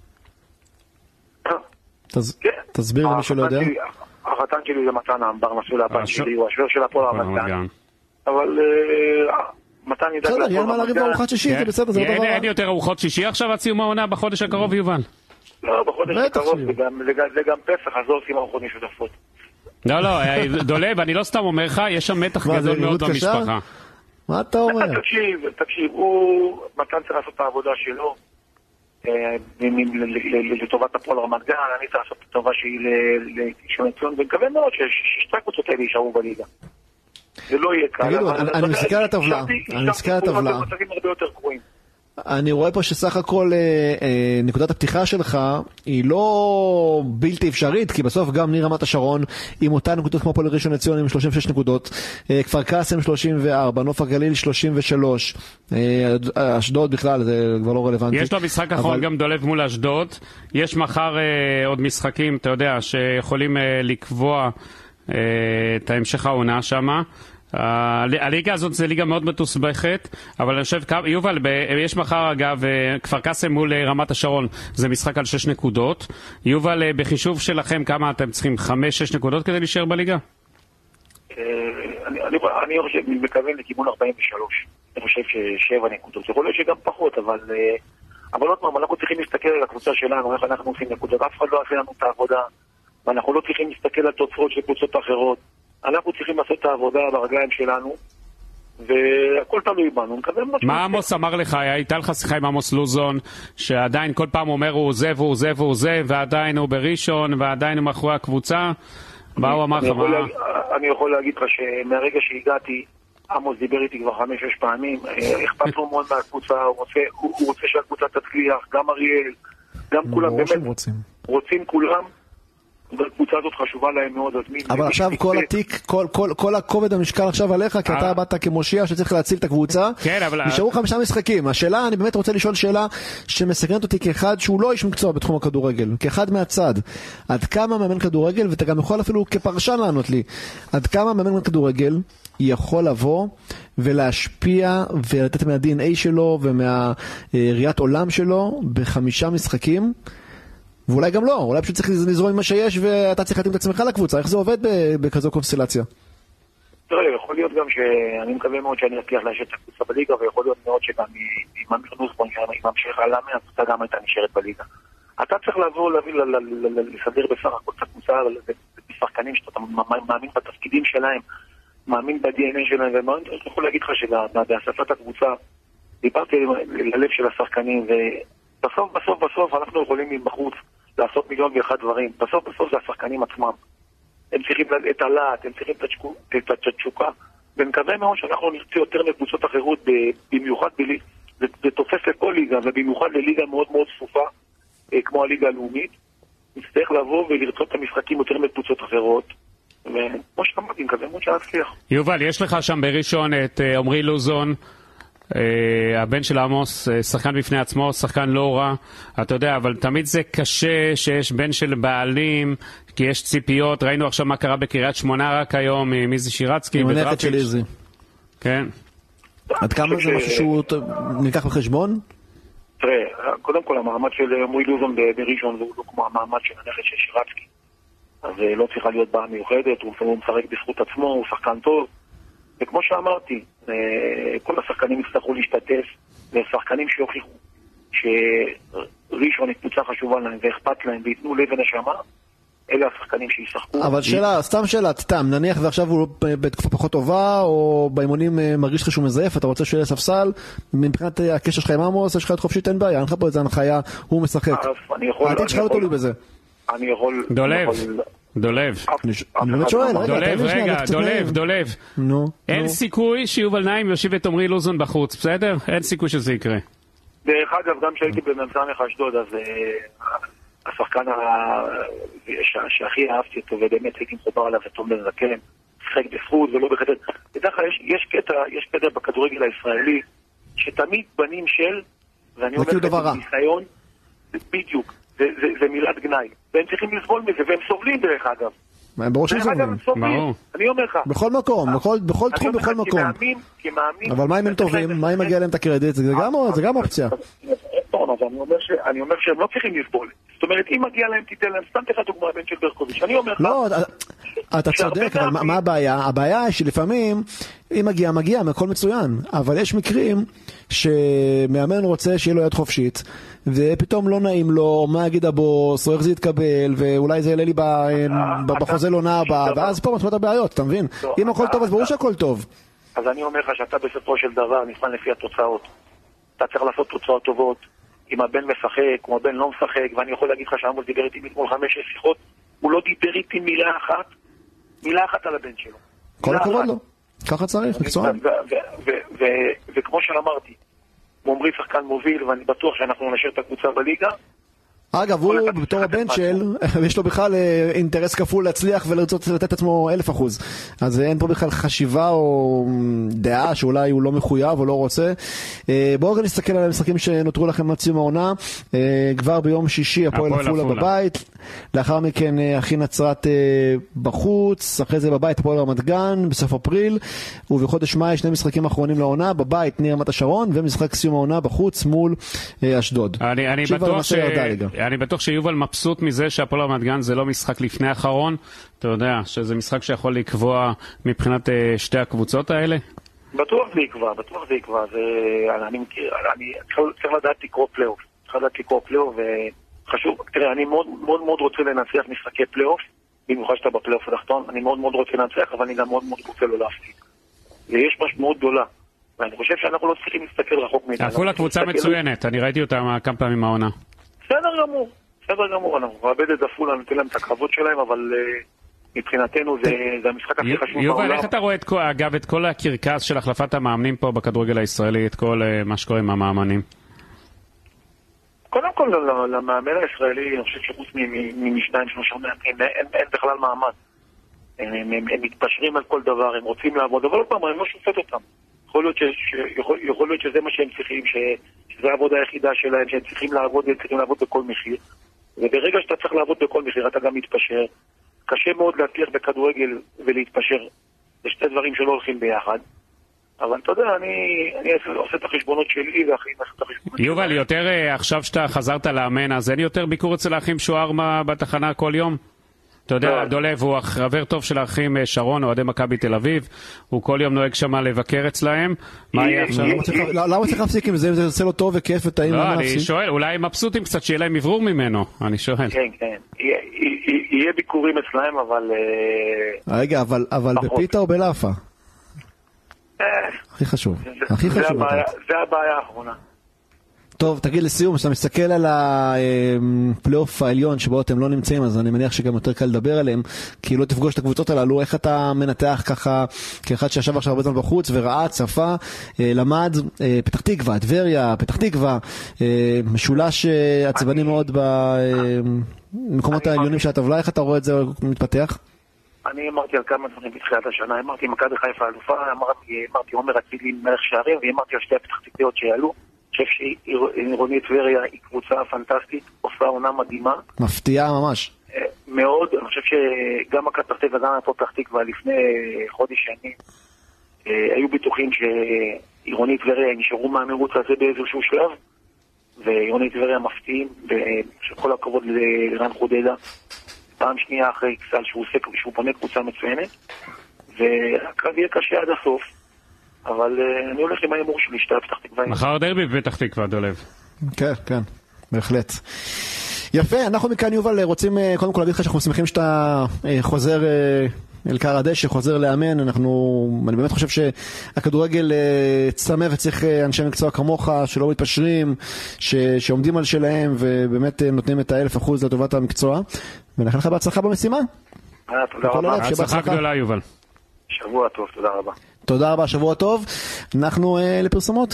תסביר למי שלא יודע. החתן שלי זה מתן האמבר, מסלול הבן שלי, הוא השבר של הפועל רמת גן. אבל מתן ידע... בסדר, יהיה מה להריב בארוחת שישי, זה בסדר, זה לא דבר... אין יותר ארוחת שישי עכשיו עד סיום העונה בחודש הקרוב, יובל? לא, בחודש הקרוב, זה גם פסח, אז לא עושים ארוחות משותפות. לא, דולב, אני לא סתם אומר לך, יש שם מתח גדול מאוד במשפחה. מה אתה אומר? תקשיב, מתן צריך לעשות את העבודה שלו, לטובת הפועל רמת גן, אני צריך לעשות את הטובה שהיא לראשון לציון, ומקווה מאוד ששתי הקבוצות האלה יישארו בליגה. זה לא יהיה קל. תגידו, אני מסתכל על הטבלה. אני רואה פה שסך הכל נקודת הפתיחה שלך היא לא בלתי אפשרית, כי בסוף גם ניר רמת השרון עם אותה נקודות כמו הפועל ראשון לציון עם 36 נקודות, כפר קאסם 34, נוף הגליל 33, אשדוד בכלל זה כבר לא רלוונטי. יש לו משחק אחרון גם דולב מול אשדוד, יש מחר עוד משחקים, אתה יודע, שיכולים לקבוע את המשך העונה שמה. הליגה הזאת זה ליגה מאוד מתוסבכת, אבל אני חושב, יובל, יש מחר אגב כפר קאסם מול רמת השרון, זה משחק על 6 נקודות. יובל, בחישוב שלכם כמה אתם צריכים? 5-6 נקודות כדי להישאר בליגה? אני חושב, אני מכוון לכיוון 43, אני חושב ש7 נקודות, יכול להיות שגם פחות, אבל עוד פעם, אנחנו צריכים להסתכל על הקבוצה שלנו, איך אנחנו עושים נקודות, אף אחד לא עושה לנו את העבודה, ואנחנו לא צריכים להסתכל על תוצאות של קבוצות אחרות. אנחנו צריכים לעשות את העבודה ברגליים שלנו, והכל תלוי בנו. מה עמוס אמר לך? הייתה לך שיחה עם עמוס לוזון, שעדיין כל פעם אומר הוא זה והוא זה והוא זה, ועדיין הוא בראשון, ועדיין הוא מאחורי הקבוצה. מה הוא אמר לך? אני יכול להגיד לך שמהרגע שהגעתי, עמוס דיבר איתי כבר 5-6 פעמים, אכפת לו מאוד מהקבוצה, הוא רוצה שהקבוצה תצליח, גם אריאל, גם כולם, באמת, רוצים כולם. והקבוצה הזאת חשובה להם מאוד. אבל עכשיו כל התיק, כל הכובד המשקל עכשיו עליך, כי אתה באת כמושיע שצריך להציל את הקבוצה. נשארו 5 משחקים. השאלה, אני באמת רוצה לשאול שאלה שמסקרנת אותי כאחד שהוא לא איש מקצוע בתחום הכדורגל, כאחד מהצד. עד כמה מאמן כדורגל, ואתה גם יכול אפילו כפרשן לענות לי, עד כמה מאמן כדורגל יכול לבוא ולהשפיע ולתת מה-DNA שלו ומהראיית עולם שלו ב5 משחקים, ואולי גם לא, אולי פשוט צריך לזרום עם מה שיש ואתה צריך להתאים את עצמך לקבוצה. איך זה עובד בכזו קונסטלציה? תראה, יכול להיות גם שאני מקווה מאוד שאני אצליח להשאיר את הקבוצה בליגה, ויכול להיות מאוד שגם עם המכנוס בו ממשיך הלאה, הקבוצה גם הייתה נשארת בליגה. אתה צריך לבוא, לסדר בסך הכל את הקבוצה בשחקנים שאתה מאמין בתפקידים שלהם, מאמין ב-DNA שלהם, ואני יכול להגיד לך שבאספת הקבוצה דיברתי ללב של השחקנים, בסוף אנחנו יכולים מבחוץ לעשות 1,001 דברים. בסוף זה השחקנים עצמם. הם צריכים את הלהט, הם צריכים את התשוקה, ומקווה מאוד שאנחנו נרצה יותר מקבוצות אחרות, במיוחד זה תופס לכל ליגה, ובמיוחד לליגה מאוד מאוד צפופה, כמו הליגה הלאומית. נצטרך לבוא ולרצות את המשחקים יותר מקבוצות אחרות, וכמו שאמרתי, מקווה מאוד שנצליח. יובל, יש לך שם בראשון את עמרי לוזון, הבן של עמוס, שחקן בפני עצמו, שחקן לא רע, אתה יודע, אבל תמיד זה קשה שיש בן של בעלים, כי יש ציפיות. ראינו עכשיו מה קרה בקריית שמונה רק היום, מיזי שירצקי עם הנכד של איזי. כן. עד כמה זה משהו שהוא נלקח בחשבון? תראה, קודם כל המעמד של עמרי לוזון בראשון הוא לא כמו המעמד של הנכד של שירצקי, אז לא צריכה להיות בעיה מיוחדת, הוא משחק בזכות עצמו, הוא שחקן טוב, וכמו שאמרתי, כל השחקנים יצטרכו להשתתף, ושחקנים שיוכיחו שראשון היא קבוצה חשובה להם ואכפת להם ויתנו לב ונשמה, אלה השחקנים שישחקו. אבל שאלה, סתם שאלה, נניח ועכשיו הוא בתקופה פחות טובה, או באימונים מרגיש לך שהוא מזייף, אתה רוצה שיהיה ספסל, מבחינת הקשר שלך עם עמוס, יש לך את חופשית, אין בעיה, אין לך פה איזה הנחיה, הוא משחק. העתיד שלך לא תלוי בזה. אני יכול... דולב. דולב. אני באמת שואל, דולב. אין סיכוי שיובל נעים יושיב את עמרי לוזון בחוץ, בסדר? אין סיכוי שזה יקרה. דרך אגב, גם כשהייתי במ"ס אשדוד, אז השחקן שהכי אהבתי אותו, ובאמת הייתי מחובר עליו ותום לזקן, שחק בזכות ולא בחטא. בדרך כלל יש קטע בכדורגל הישראלי, שתמיד בנים של, ואני אומר לך את הניסיון, בדיוק, זה מילת גנאי. והם צריכים לסבול מזה, והם סובלים דרך אגב. ברור שהם סובלים. אני אומר לך. בכל מקום, בכל תחום, בכל מקום. אבל מה אם הם טובים? מה אם מגיע להם את הקרדיט? זה גם אופציה. אני אומר שהם לא צריכים לסבול. זאת אומרת, אם מגיע להם, תיתן להם. סתם תכף דוגמה בן של ברקוביץ'. אני אומר לך... לא, אתה צודק, אבל מה הבעיה? הבעיה היא שלפעמים, אם מגיע, הכל מצוין. אבל יש מקרים שמאמן רוצה שיהיה לו יד חופשית, ופתאום לא נעים לו, מה יגיד הבוס, או איך זה יתקבל, ואולי זה יעלה לי בחוזה לעונה הבאה, ואז פה מתחילות הבעיות, אתה מבין? אם הכל טוב, אז ברור שהכל טוב. אז אני אומר לך שאתה בסופו של דבר נבחן לפי התוצאות. אתה צריך לעשות תוצאות טובות. אם הבן משחק, או הבן לא משחק, ואני יכול להגיד לך שעמוס דיבר איתי מכל 5-6 שיחות, הוא לא דיבר איתי מילה אחת על הבן שלו. כל הכבוד לו. ככה צריך, מקצוען. וכמו שאמרתי, עמרי שחקן מוביל, ואני בטוח שאנחנו נשאר את הקבוצה בליגה. אגב, הוא בתור הבן של, יש לו בכלל אינטרס כפול להצליח ולרצות לתת עצמו 1000%. אז אין פה בכלל חשיבה או דעה שאולי הוא לא מחויב או לא רוצה. בואו רגע נסתכל על המשחקים שנותרו לכם עד סיום העונה. כבר ביום שישי הפועל עפולה בבית, לאחר מכן אחי נצרת בחוץ, אחרי זה בבית הפועל רמת גן בסוף אפריל, ובחודש מאי 2 משחקים אחרונים לעונה, בבית ניר רמת השרון, ומשחק סיום העונה בחוץ מול אשדוד. אני בטוח שיובל מבסוט מזה שהפועל רמת גן זה לא משחק לפני האחרון, אתה יודע, שזה משחק שיכול לקבוע מבחינת שתי הקבוצות האלה? בטוח זה יקבע, אני צריך לדעת לקרוא פלייאוף, וחשוב, תראה, אני מאוד מאוד רוצה לנצח משחקי פלייאוף, במיוחד שאתה בפלייאוף התחתון, אני מאוד מאוד רוצה לנצח, אבל אני גם מאוד מאוד רוצה לא להפסיד. ויש משמעות גדולה, ואני חושב שאנחנו לא צריכים להסתכל רחוק מאיתנו. עפולה קבוצה מצוינת, אני ראיתי אותה כמה פעמים מהעונה. בסדר גמור, אנחנו נאבד את עפולה, ניתן להם את הקרבות שלהם, אבל מבחינתנו זה המשחק הכי חשוב בעולם. יובל, איך אתה רואה אגב את כל הקרקס של החלפת המאמנים פה בכדורגל הישראלי, את כל מה שקורה עם המאמנים? קודם כל, למאמן הישראלי, אני חושב שחוץ מ2-3 מאמנים, אין בכלל מעמד. הם מתפשרים על כל דבר, הם רוצים לעבוד, אבל עוד פעם, אני לא שופט אותם. יכול להיות שזה מה שהם צריכים, שזו העבודה היחידה שלהם, שהם צריכים לעבוד בכל מחיר. וברגע שאתה צריך לעבוד בכל מחיר, אתה גם מתפשר. קשה מאוד להצליח בכדורגל ולהתפשר. זה שתי דברים שלא הולכים ביחד. אבל אתה יודע, אני עושה את החשבונות שלי, ואחים עושה את החשבונות שלי. יובל, יותר עכשיו שאתה חזרת לאמן, אז אין יותר ביקור אצל האחים שוער בתחנה כל יום? אתה יודע, דולב הוא חבר טוב של האחים שרון, אוהדי מכבי תל אביב, הוא כל יום נוהג שם לבקר אצלהם. מה יהיה עכשיו? למה צריך להפסיק עם זה? אם זה עושה לו טוב וכיף וטעים? לא, אני שואל, אולי הם מבסוטים קצת שיהיה להם עברור ממנו, אני שואל. כן. יהיה ביקורים אצלהם, אבל... רגע, אבל בפיתה או בלאפה? הכי חשוב. זה הבעיה האחרונה. טוב, תגיד לסיום, כשאתה מסתכל על הפלייאוף העליון שבו אתם לא נמצאים, אז אני מניח שגם יותר קל לדבר עליהם, כי לא תפגוש את הקבוצות הללו. איך אתה מנתח ככה, כאחד שישב עכשיו הרבה זמן בחוץ וראה, צפה, למד, פתח תקווה, טבריה, פתח תקווה, משולש עצבני מאוד במקומות העליונים של הטבלה, איך אתה רואה את זה מתפתח? אני אמרתי על כמה דברים בתחילת השנה, אמרתי מכבי חיפה אלופה, אמרתי עומר אצילי מלך שערים, ואמרתי על שתי הפתח תקוויות שיעלו. אני חושב שעירונית טבריה היא קבוצה פנטסטית, עושה עונה מדהימה. מפתיעה ממש. מאוד, אני חושב שגם מכבי פתח תקווה וגם הפועל פתח תקווה לפני חודש שנים היו בטוחים שעירונית טבריה נשארו מהמירוץ הזה באיזשהו שלב, ועירונית טבריה מפתיעים, וכל הכבוד לרן חודדה, פעם שנייה אחרי קסל שהוא פונה קבוצה מצוינת, והקרב יהיה קשה עד הסוף. אבל אני הולך עם האמור שלי, שתי פתח תקווה. מחר דרבי בפתח תקווה, דולב. כן, בהחלט. יפה, אנחנו מכאן יובל רוצים קודם כל להגיד לך שאנחנו שמחים שאתה חוזר אל קר הדשא, חוזר לאמן. אני באמת חושב שהכדורגל צמא וצריך אנשי מקצוע כמוך שלא מתפשרים, שעומדים על שלהם ובאמת נותנים את 1000% לטובת המקצוע, ולכן לך בהצלחה במשימה. תודה רבה. הצלחה גדולה, יובל. שבוע טוב, תודה רבה. תודה רבה, שבוע טוב. אנחנו לפרסומות.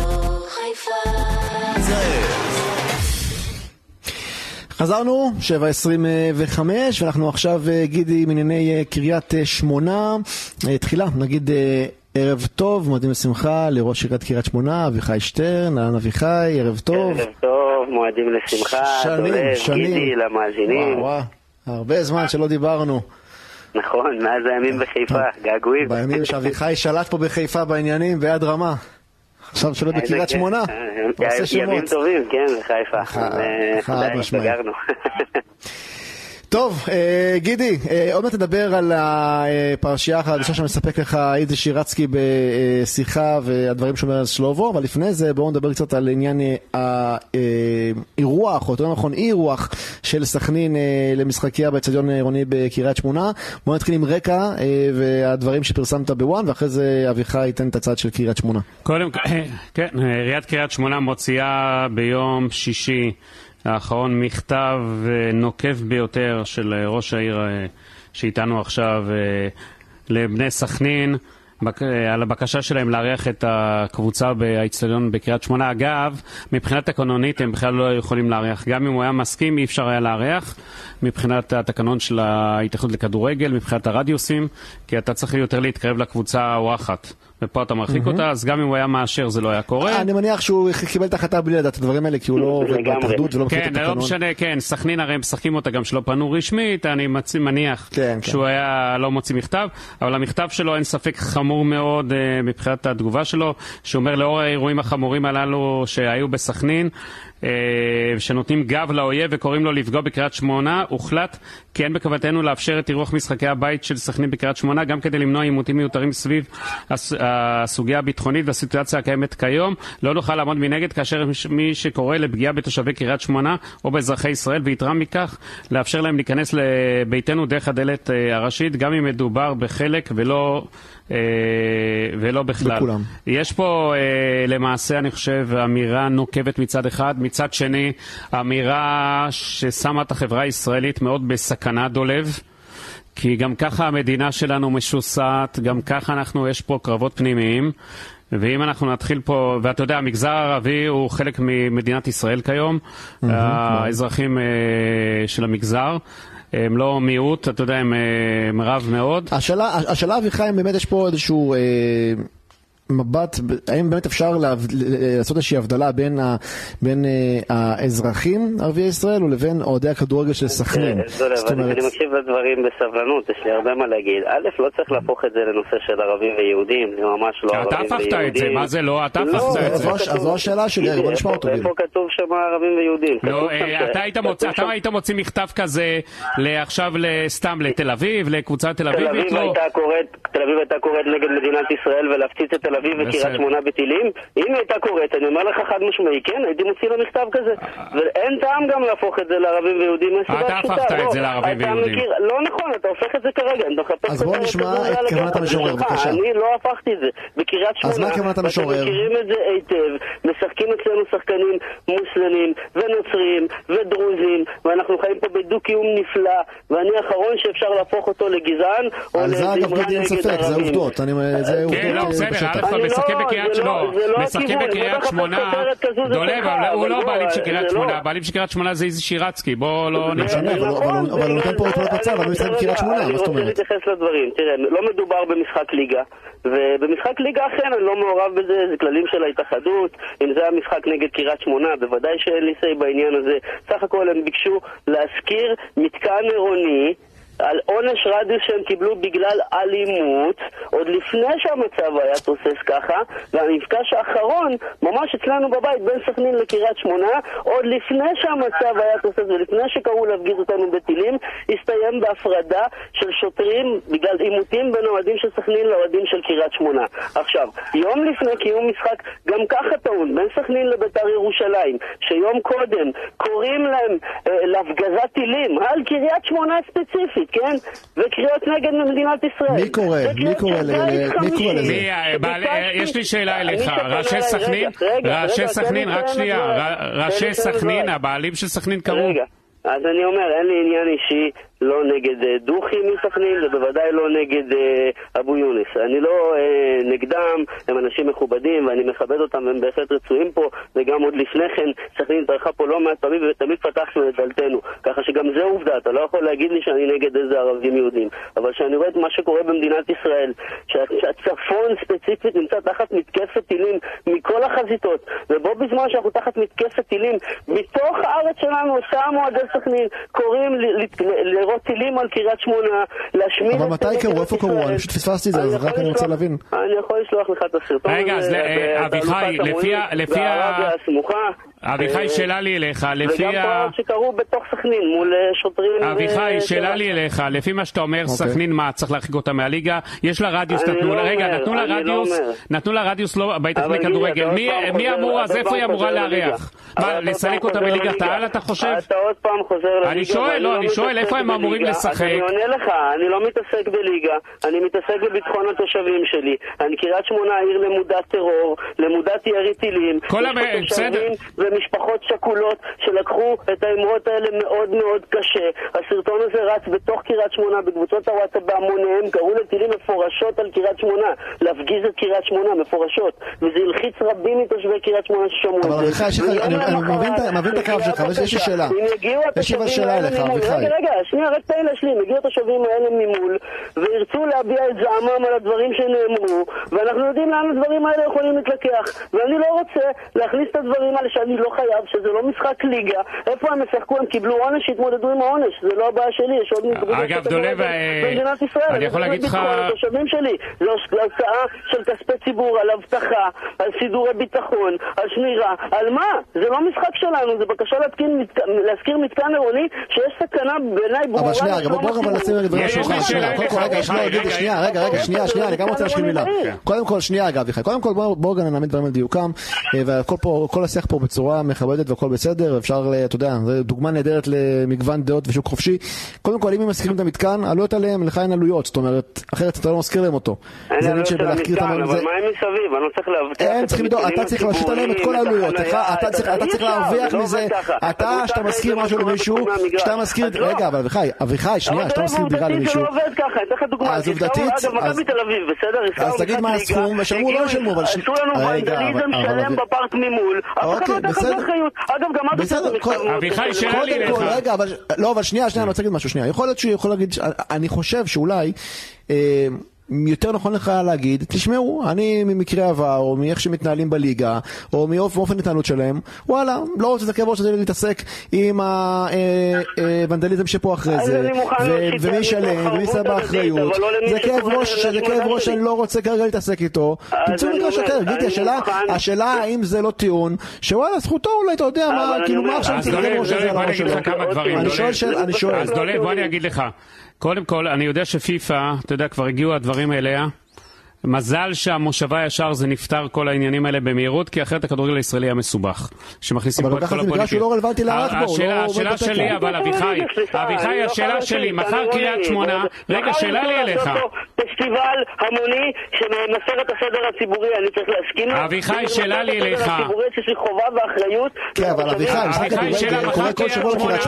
חזרנו, 7:25, ואנחנו עכשיו גידי מענייני קריית שמונה. תחילה, נגיד ערב טוב, מועדים לשמחה לראש עיריית קריית שמונה, אביחי שטרן. אהלן אביחי, ערב טוב. ערב טוב, מועדים לשמחה, שנים. גידי למאזינים. וואו, הרבה זמן שלא דיברנו. נכון, מאז הימים בחיפה, געגועים. בימים שאביחי שלט פה בחיפה בעניינים ביד רמה. עכשיו שלט בקריית שמונה. ימים טובים, כן, בחיפה. חד משמעי. טוב, גידי, עוד מעט תדבר על הפרשייה החדשה שמספק לך אידי שירצקי בשיחה והדברים שאומר על שלובו, אבל לפני זה בואו נדבר קצת על עניין האירוח, או יותר נכון אי-אירוח של סכנין למשחקיה באצטדיון העירוני בקריית שמונה. בואו נתחיל עם רקע והדברים שפרסמת בוואן, ואחרי זה אביחי ייתן את הצד של קריית שמונה. קודם, כן, עיריית קריית שמונה מוציאה ביום שישי האחרון מכתב נוקב ביותר של ראש העיר שאיתנו עכשיו לבני סכנין על הבקשה שלהם לארח את הקבוצה באצטדיון בקריית שמונה. אגב, מבחינת תקנונית הם בכלל לא יכולים לארח. גם אם הוא היה מסכים, אי אפשר היה לארח מבחינת התקנון של ההתאחדות לכדורגל, מבחינת הרדיוסים, כי אתה צריך יותר להתקרב לקבוצה האורחת. ופה אתה מרחיק אותה, אז גם אם הוא היה מאשר זה לא היה קורה. אני מניח שהוא קיבל את החלטה בלי לדעת את הדברים האלה, כי הוא לא עובד בהתאחדות ולא מכיר את התקנון. כן, לא משנה, כן, סכנין הרי הם משחקים אותה גם שלא פנו רשמית, אני מניח שהוא היה לא מוציא מכתב, אבל המכתב שלו אין ספק חמור מאוד מבחינת התגובה שלו, שאומר לאור האירועים החמורים הללו שהיו בסכנין, שנותנים גב לאויב וקוראים לו לפגוע בקריית שמונה, הוחלט כי אין בכוונתנו לאפשר את אירוח משחקי הבית של סכנין בקריית שמונה, גם כדי למנוע עימותים מיותרים סביב הסוגיה הביטחונית והסיטואציה הקיימת כיום. לא נוכל לעמוד מנגד כאשר מי שקורא לפגיעה בתושבי קריית שמונה או באזרחי ישראל, ויתרה מכך לאפשר להם להיכנס לביתנו דרך הדלת הראשית, גם אם מדובר בחלק ולא בכלל. בכולם. יש פה למעשה אני חושב אמירה נוקבת מצד אחד, מצד שני אמירה ששמה את החברה הישראלית מאוד בסכנה דולב, כי גם ככה המדינה שלנו משוסעת, גם ככה יש פה קרבות פנימיים, ואם אנחנו נתחיל פה, ואתה יודע, המגזר הערבי הוא חלק ממדינת ישראל כיום, האזרחים של המגזר הם לא מיעוט, אתה יודע, הם רב מאוד. השאלה אביחי, באמת יש פה איזשהו מבט, האם באמת אפשר לעשות איזושהי הבדלה בין האזרחים ערביי ישראל ולבין אוהדי הכדורגל של סכנין? אני מקשיב לדברים בסבלנות, יש לי הרבה מה להגיד. א', לא צריך להפוך את זה לנושא של ערבים ויהודים, זה ממש לא ערבים ויהודים. אתה הפכת את זה, מה זה לא? אתה הפכת את זה. אז זו השאלה שלי, בוא נשמע אותו. איפה כתוב שם ערבים ויהודים? לא, אתה היית מוציא מכתב כזה עכשיו סתם לתל אביב, לקבוצה תל אביבית? תל אביב הייתה קוראת נגד מדינת ישראל ולהפציץ את תל אביב וקריית שמונה בטילים. אם היא הייתה קוראת, אני אומר לך חד משמעי, כן, הייתי מוציא לה מכתב כזה. ואין טעם גם להפוך את זה לערבים ויהודים. אתה הפכת את זה לערבים ויהודים. לא נכון, אתה הופך את זה כרגע. אז בוא נשמע את כוונת המשורר, בבקשה. אני לא הפכתי את זה. בקריית שמונה, אז מה כוונת המשורר? אתם מכירים את זה היטב. משחקים אצלנו שחקנים מוסלמים ונוצרים ודרוזים, ואנחנו חיים פה בדו-קיום נפלא, ואני האחרון שאפשר להפוך אותו לגזען או לזמרה נגד ערבים. משחקים בקריית שמונה, דולב, הוא לא בעלים של קריית שמונה, הבעלים של קריית שמונה זה איזי שירצקי, בוא לא נשנה. אבל הוא נותן פה תמונת מצב, אבל הוא משחק בקריית שמונה, מה זאת אומרת? אני רוצה להתייחס לדברים, תראה, לא מדובר במשחק ליגה, ובמשחק ליגה אכן אני לא מעורב בזה, זה כללים של ההתאחדות, אם זה המשחק נגד קריית שמונה, בוודאי שאין לי סי בעניין הזה. סך הכל הם ביקשו להזכיר מתקן עירוני על עונש רדיוס שהם קיבלו בגלל אלימות, עוד לפני שהמצב היה תוסס ככה, והמפגש האחרון, ממש אצלנו בבית, בין סכנין לקריית שמונה, עוד לפני שהמצב היה תוסס ולפני שקראו להפגיז אותנו בטילים, הסתיים בהפרדה של שוטרים בגלל עימותים בין אוהדים של סכנין לאוהדים של קריית שמונה. עכשיו, יום לפני קיום משחק, גם ככה טעון, בין סכנין לבית"ר ירושלים, שיום קודם קוראים להם להפגזת טילים, על קריית שמונה ספציפית, כן? וקריאות נגד מדינת ישראל. מי קורא? מי קורא לזה? יש לי שאלה אליך. ראשי סכנין, רק שנייה, ראשי סכנין, הבעלים של סכנין קראו. רגע, אז אני אומר, אין לי עניין אישי, לא נגד דוחי מסכנין, ובוודאי לא נגד אבו יונס. אני לא נגדם, הם אנשים מכובדים ואני מכבד אותם והם בהחלט רצויים פה, וגם עוד לפני כן סכנין התארחה פה לא מעט פעמים ותמיד פתחנו את דלתנו, ככה שגם זה עובדה, אתה לא יכול להגיד לי שאני נגד איזה ערבים יהודים, אבל שאני רואה את מה שקורה במדינת ישראל, שהצפון ספציפית נמצא תחת מתקפת טילים מכל החזיתות, ובו בזמן שאנחנו תחת מתקפת טילים מתוך הארץ שלנו, שמו עד סכנין, קוראים לראות טילים על קריית שמונה, להשמיד... אבל מתי קראו? איפה קראו? אני פשוט פספסתי את זה, אז רק אני רוצה להבין. אני יכול לשלוח לך את הסרטון. רגע, אז אביחי, לפי אביחי, שאלה לי אליך, לפי וגם פה שקראו בתוך סכנין מול שוטרים... אביחי, שאלה לי אליך, לפי מה שאתה אומר, סכנין מה, צריך להרחיק אותה מהליגה? יש לה רדיוס, נתנו לה רדיוס לא בהתאחדות לכדורגל. מי אמור, אז איפה היא אמורה לארח? מה, לסלק אותה בליגת העל, אתה חושב? אתה עוד פעם חוזר לליגה. אני שואל, איפה הם אמורים לשחק? אני עונה לך, אני לא מתעסק בליגה, אני מתעסק בביטחון התושבים שלי. אני קריית שמונה עיר למודת טרור, למודת ירי טילים. ומשפחות שכולות שלקחו את האמרות האלה מאוד מאוד קשה. הסרטון הזה רץ בתוך קריית שמונה, בקבוצות הוואטסאפ בהמוניהם, קראו לטילים מפורשות על קריית שמונה, להפגיז את קריית שמונה, מפורשות. וזה הלחיץ רבים מתושבי קריית שמונה ששמעו את זה. אבל אביחי, אני מבין את הקו שלך, אבל יש לי שאלה. יש לי שאלה אליך, אביחי. רגע, שנייה, רק תן להשלים. הגיעו התושבים האלה ממול, וירצו להביע את זעמם על הדברים שנאמרו, ואנחנו יודעים לאן הדברים האלה יכולים להתלקח. ואני לא רוצה להכניס את הדברים האלה שאני לא חייב, שזה לא משחק ליגה. איפה הם משחקו? הם קיבלו עונש, שהתמודדו עם העונש. זה לא הבעיה שלי, יש עוד נדברים במדינת ישראל. אני יכול להגיד לך... התושבים שלי. זה הוצאה של כספי ציבור, על הבטחה, על סידורי ביטחון, על שמירה. על מה? זה לא משחק שלנו, זה בקשה להזכיר מתקן עירוני שיש סכנה בעיניי ברורה. אבל שנייה, בואו נשים רגע בשולחן. שנייה, אני גם רוצה להשחיל מילה. קודם כל, שנייה, אביחי. קודם כל, בואו גם נעמיד דברים על דיוקם, וכל השיח פה בצורה מכבדת והכל בסדר, אפשר, אתה יודע, זו דוגמה נהדרת למגוון דעות ושוק חופשי. קודם כל, אם הם מזכירים את המתקן, עלויות עליהם, לך אין עלויות, זאת אומרת, אחרת אתה לא מזכיר להם אותו. זה עלויות של המתקן, אבל מה הם מסביב? אני לא צריך להבטיח... אתה צריך להשית עליהם את כל העלויות, אתה צריך להרוויח מזה, שאתה מזכיר משהו למישהו, שאתה מזכיר, רגע, אבל אביחי, שנייה, שאתה מזכיר דירה למישהו. אז עובדתית, אז תגיד מה הסכום, ושלמו לא ישלמו, אבל... עשו לנו ונדליזם שלם בפארק ממול, אף אחד לא תחת באחריות. אגב, גם מה בסדר? אביחי, שאלה לי לך. רגע, אבל שנייה, אני רוצה להגיד משהו, שנייה. יכול להיות שהוא יכול להגיד, אני חושב שאולי... יותר נכון לך להגיד, תשמעו, אני ממקרה עבר, או מאיך שמתנהלים בליגה, או מאופן התנהלות שלהם, וואלה, לא רוצה לקוות שזה להתעסק עם הוונדליזם שפה אחרי זה, ומי ישלם, ומי יישא באחריות, זה כאב ראש שאני לא רוצה כרגע להתעסק איתו, תמצאו מגרש אחר, גידי, השאלה האם זה לא טיעון, שוואלה, זכותו אולי, אתה יודע מה, כאילו מה עכשיו צריך כאב ראש הזה על הראש שלו. אני שואל. אז דולב, בוא אני אגיד לך. קודם כל, אני יודע שפיפה, אתה יודע, כבר הגיעו הדברים אליה. מזל שהמושבה ישר זה נפטר כל העניינים האלה במהירות, כי אחרת הכדורגל הישראלי היה מסובך. שמכניסים פה את כל הפוליטים. אבל שהוא לא רלוונטי לערך בו. השאלה שלי, אבל אביחי, השאלה שלי, מחר קריית שמונה, רגע, שאלה לי אליך. פסטיבל המוני שמסר את הסדר הציבורי, אני צריך להסכים. אביחי, שאלה לי אליך. יש לי חובה ואחריות. כן, אבל אביחי, שאלה, מחר קריית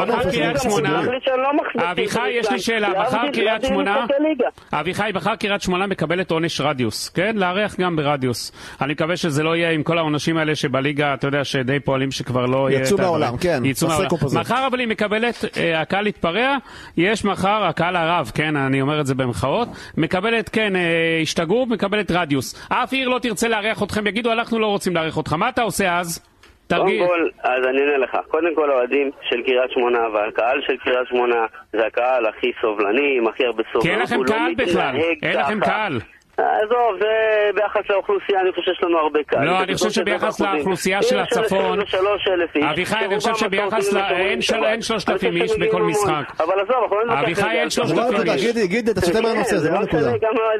שמונה. אביחי, יש לי שאלה, מחר קריית שמונה. אביחי, מחר קריית שמונה מקבלת עונש רדיוס, כן? לארח גם ברדיוס. אני מקווה שזה לא יהיה עם כל העונשים האלה שבליגה, אתה יודע, שדי פועלים שכבר לא יהיה... יצאו מהעולם, כן. מחר אבל היא מקבלת, הקהל התפרע, יש מחר, הקהל הרב, כן, אני אומר את זה במחאות, מקבלת, כן, השתגעו, מקבלת רדיוס. אף עיר לא תרצה לארח אתכם, יגידו, אנחנו לא רוצים לארח אותך. מה אתה עושה אז? קודם כל, אז אני אענה לך. קודם כל, האוהדים של קריית שמונה והקהל של קריית שמונה זה הקהל הכי סובלני, הכי הרבה סובלנות. כי אין לכם קהל בכלל, אין לכם קהל. עזוב, זה ביחס לאוכלוסייה, אני חושב שיש לנו הרבה קהל. לא, אני חושב שביחס לאוכלוסייה של הצפון, אביחי, אני חושב שביחס אין 3,000 איש בכל משחק. אבל עזוב, אביחי, אין 3,000 איש. גידי, אתה שותף בנושא, זה לא נקודה.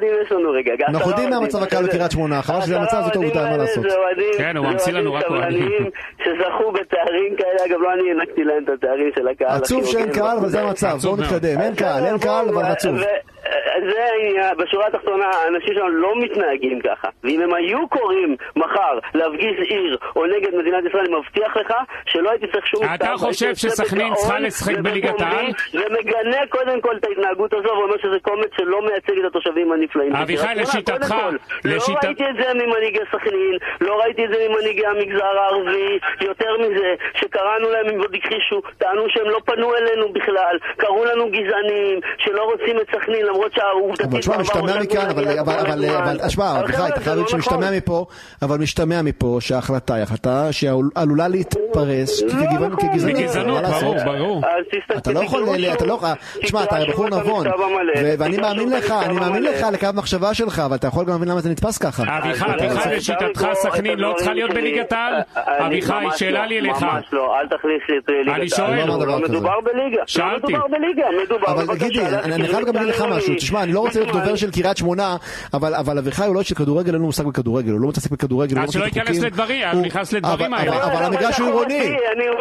אנחנו יודעים מהמצב הקהל בקריית שמונה, חבל שזה המצב, זאת עובדה, מה לעשות. כן, הוא ממציא לנו רק אוהדים. שזכו בתארים כאלה, אגב, לא אני הענקתי להם את התארים של הקהל. עצוב שאין קהל, אבל זה המצב, בואו נתקדם. אין קהל, אבל עצוב. זה העניין, בשורה התחתונה, האנשים שלנו לא מתנהגים ככה. ואם הם היו קוראים מחר להפגיז עיר או נגד מדינת ישראל, אני מבטיח לך שלא הייתי צריך שום... אתה חושב שסכנין צריכה לשחק בליגת העל? ומגנה קודם כל את ההתנהגות הזו, ואומר שזה קומץ שלא מייצג את התושבים הנפלאים. אביחי, לשיטתך... לא ראיתי את זה ממנהיגי סכנין, לא ראיתי את זה ממנהיגי המגזר הערבי, יותר מזה, שקראנו להם אם עוד הכחישו, טענו שהם לא פנו אלינו בכלל, קראו לנו גזענים, שלא רוצים את סכנין, למרות שהעובדתית... אבל תשמע, משתמע מכאן, אבל תשמע, אביחי, אתה חייב שמשתמע מפה, אבל משתמע מפה שההחלטה היא החלטה שעלולה להתפרס כגזענות. ברור. אתה לא יכול, תשמע, אתה בחור נבון, ואני מאמין לך לקו מחשבה שלך, אבל אתה יכול גם להבין למה זה נתפס ככה. אביחי, לשיטתך סכנין לא צריכה להיות בליגת העל? אביחי, שאלה לי אליך. ממש לא, אל תכניס לי את ליגת העל. אני שואל. לא מדובר בליגה. שאלתי. אבל גידי, אני חייב גם להגיד לך משהו. תשמע, אני לא רוצה להיות דובר של קריית שמונה, אבל אביחי הוא לא של כדורגל, אין לו מושג בכדורגל, הוא לא מתעסק בכדורגל. אז שלא ייכנס לדברים, אני נכנס לדברים האלה. אבל המגרש הוא עירוני.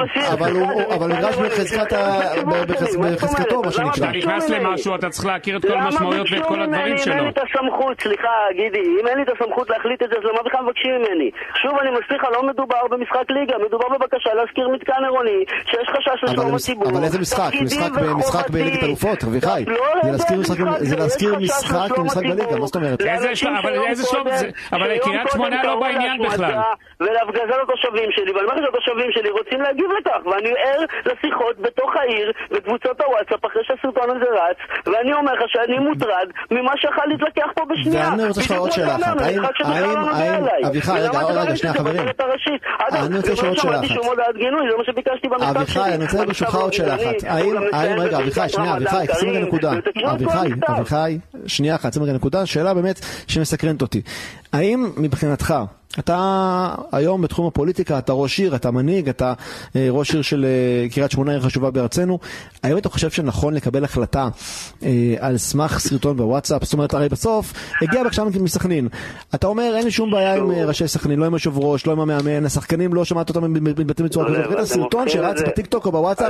אבל המגרש בחזקתו, מה שנקרא. אתה נכנס למשהו, אתה צריך להכיר את כל המשמעויות ואת כל הדברים שלו. אם אין לי את הסמכות, סליחה, גידי, אם אין לי את הסמכות להחליט את זה, אז למה בכלל מבקשים ממני? שוב, אני מבטיח, לא מדובר במשחק ליגה, מדובר בבקשה להזכיר מתקן עירוני, שיש חשש לשלום הציבור. אבל איזה משחק? משחק בליגת אלופות, אביחי. זה להזכיר משחק בליגה, מה זאת אומרת? איזה שלום זה? אבל קריית שמונה לא בעניין בכלל. ולהפגז לתושבים שלי, ואני אומר שהתושבים שלי רוצים להגיב לכך, ואני ער לשיחות בתוך העיר, בקבוצות הוואטסאפ, אחרי שהסרטון הזה רץ, ואני אומר לך שאני מוטרד ממה שיכול להתלקח פה בשנייה. ואני רוצה לשאול עוד שאלה אחת. אביחי, רגע, שנייה חברים. אני רוצה לשאול עוד שאלה אחת. אביחי, אני רוצה ברשותך עוד שאלה אחת. רגע, אביחי, שנייה, אביחי, שים רגע נקודה. אביחי, שנייה אחת, שים רגע נקודה. שאלה באמת שמסקרנת אותי. האם מבחינתך, אתה היום בתחום הפוליטיקה, אתה ראש עיר, אתה מנהיג, אתה ראש עיר של קריית שמונה, עיר חשובה בארצנו, האם אתה חושב שנכון לקבל החלטה על סמך סרטון בוואטסאפ? זאת אומרת, הרי בסוף הגיע בקשה מסכנין, אתה אומר אין לי שום בעיה עם ראשי סכנין, לא עם יושב ראש, לא עם המאמן, השחקנים לא שמעת אותם מתבטאים בצורה כזאת, ראית סרטון שרץ בטיקטוק או בוואטסאפ,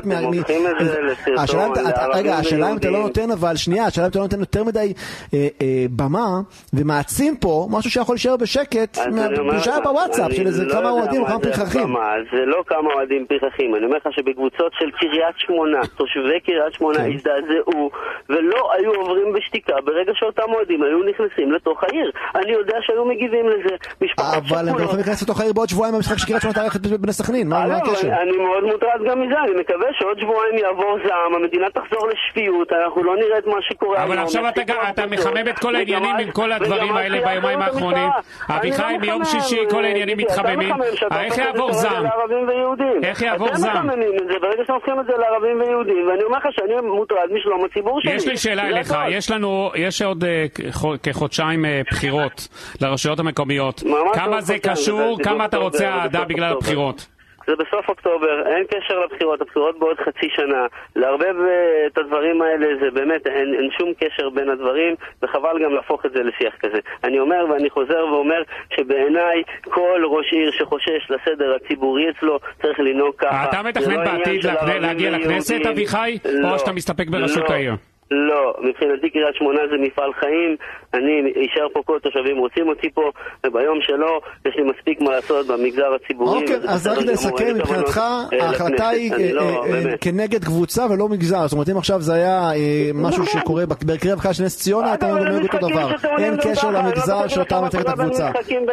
השאלה אם אתה לא נותן, אבל שנייה, השאלה אם אתה לא נותן יותר מדי במה ומעצים פה משהו שיכול להישאר בשקט שהיה בוואטסאפ של איזה כמה אוהדים או כמה פרחחים. זה לא כמה אוהדים פרחחים, אני אומר לך שבקבוצות של קריית שמונה, תושבי קריית שמונה הזדעזעו ולא היו עוברים בשתיקה ברגע שאותם אוהדים היו נכנסים לתוך העיר. אני יודע שהיו מגיבים לזה. אבל הם לא יכולים להיכנס לתוך העיר בעוד שבועיים במשחק שקריית שמונה תארחת בני סכנין, מה הקשר? אני מאוד מוטרד גם מזה, אני מקווה שעוד שבועיים יעבור זעם, המדינה תחזור לשפיות, אנחנו לא נראה את מה שקורה. אבל עכשיו אתה מחמם את כל העניינים עם כל הדברים האלה ביומיים האחרונים. אביחי, מיום שישי כל העניינים מתחממים. איך יעבור זעם? איך יעבור זעם? ברגע שהופכים את זה לערבים ויהודים, ואני אומר לך שאני מוטרד משלום הציבור שלי. יש לי שאלה אליך, יש עוד כחודשיים בחירות לרשויות המקומיות. כמה זה קשור? כמה אתה רוצה העדה בגלל הבחירות? זה בסוף אוקטובר, אין קשר לבחירות, הבחירות בעוד חצי שנה. לערבב את הדברים האלה זה באמת, אין שום קשר בין הדברים, וחבל גם להפוך את זה לשיח כזה. אני אומר ואני חוזר ואומר שבעיניי כל ראש עיר שחושש לסדר הציבורי אצלו צריך לנהוג ככה. אתה מתכנן בעתיד להגיע לכנסת, אביחי? או שאתה מסתפק בראשות העיר? לא, מבחינתי קריית שמונה זה מפעל חיים, אני אשאר פה כל תושבים רוצים אותי פה, וביום שלא יש לי מספיק מה לעשות במגזר הציבורי. אוקיי, אז רק לסכם, מבחינתך ההחלטה היא כנגד קבוצה ולא מגזר, זאת אומרת אם עכשיו זה היה משהו שקורה בקריאה בכלל של נס ציונה, אתה אומר אותו דבר, אין קשר למגזר שאותה מתארת את הקבוצה.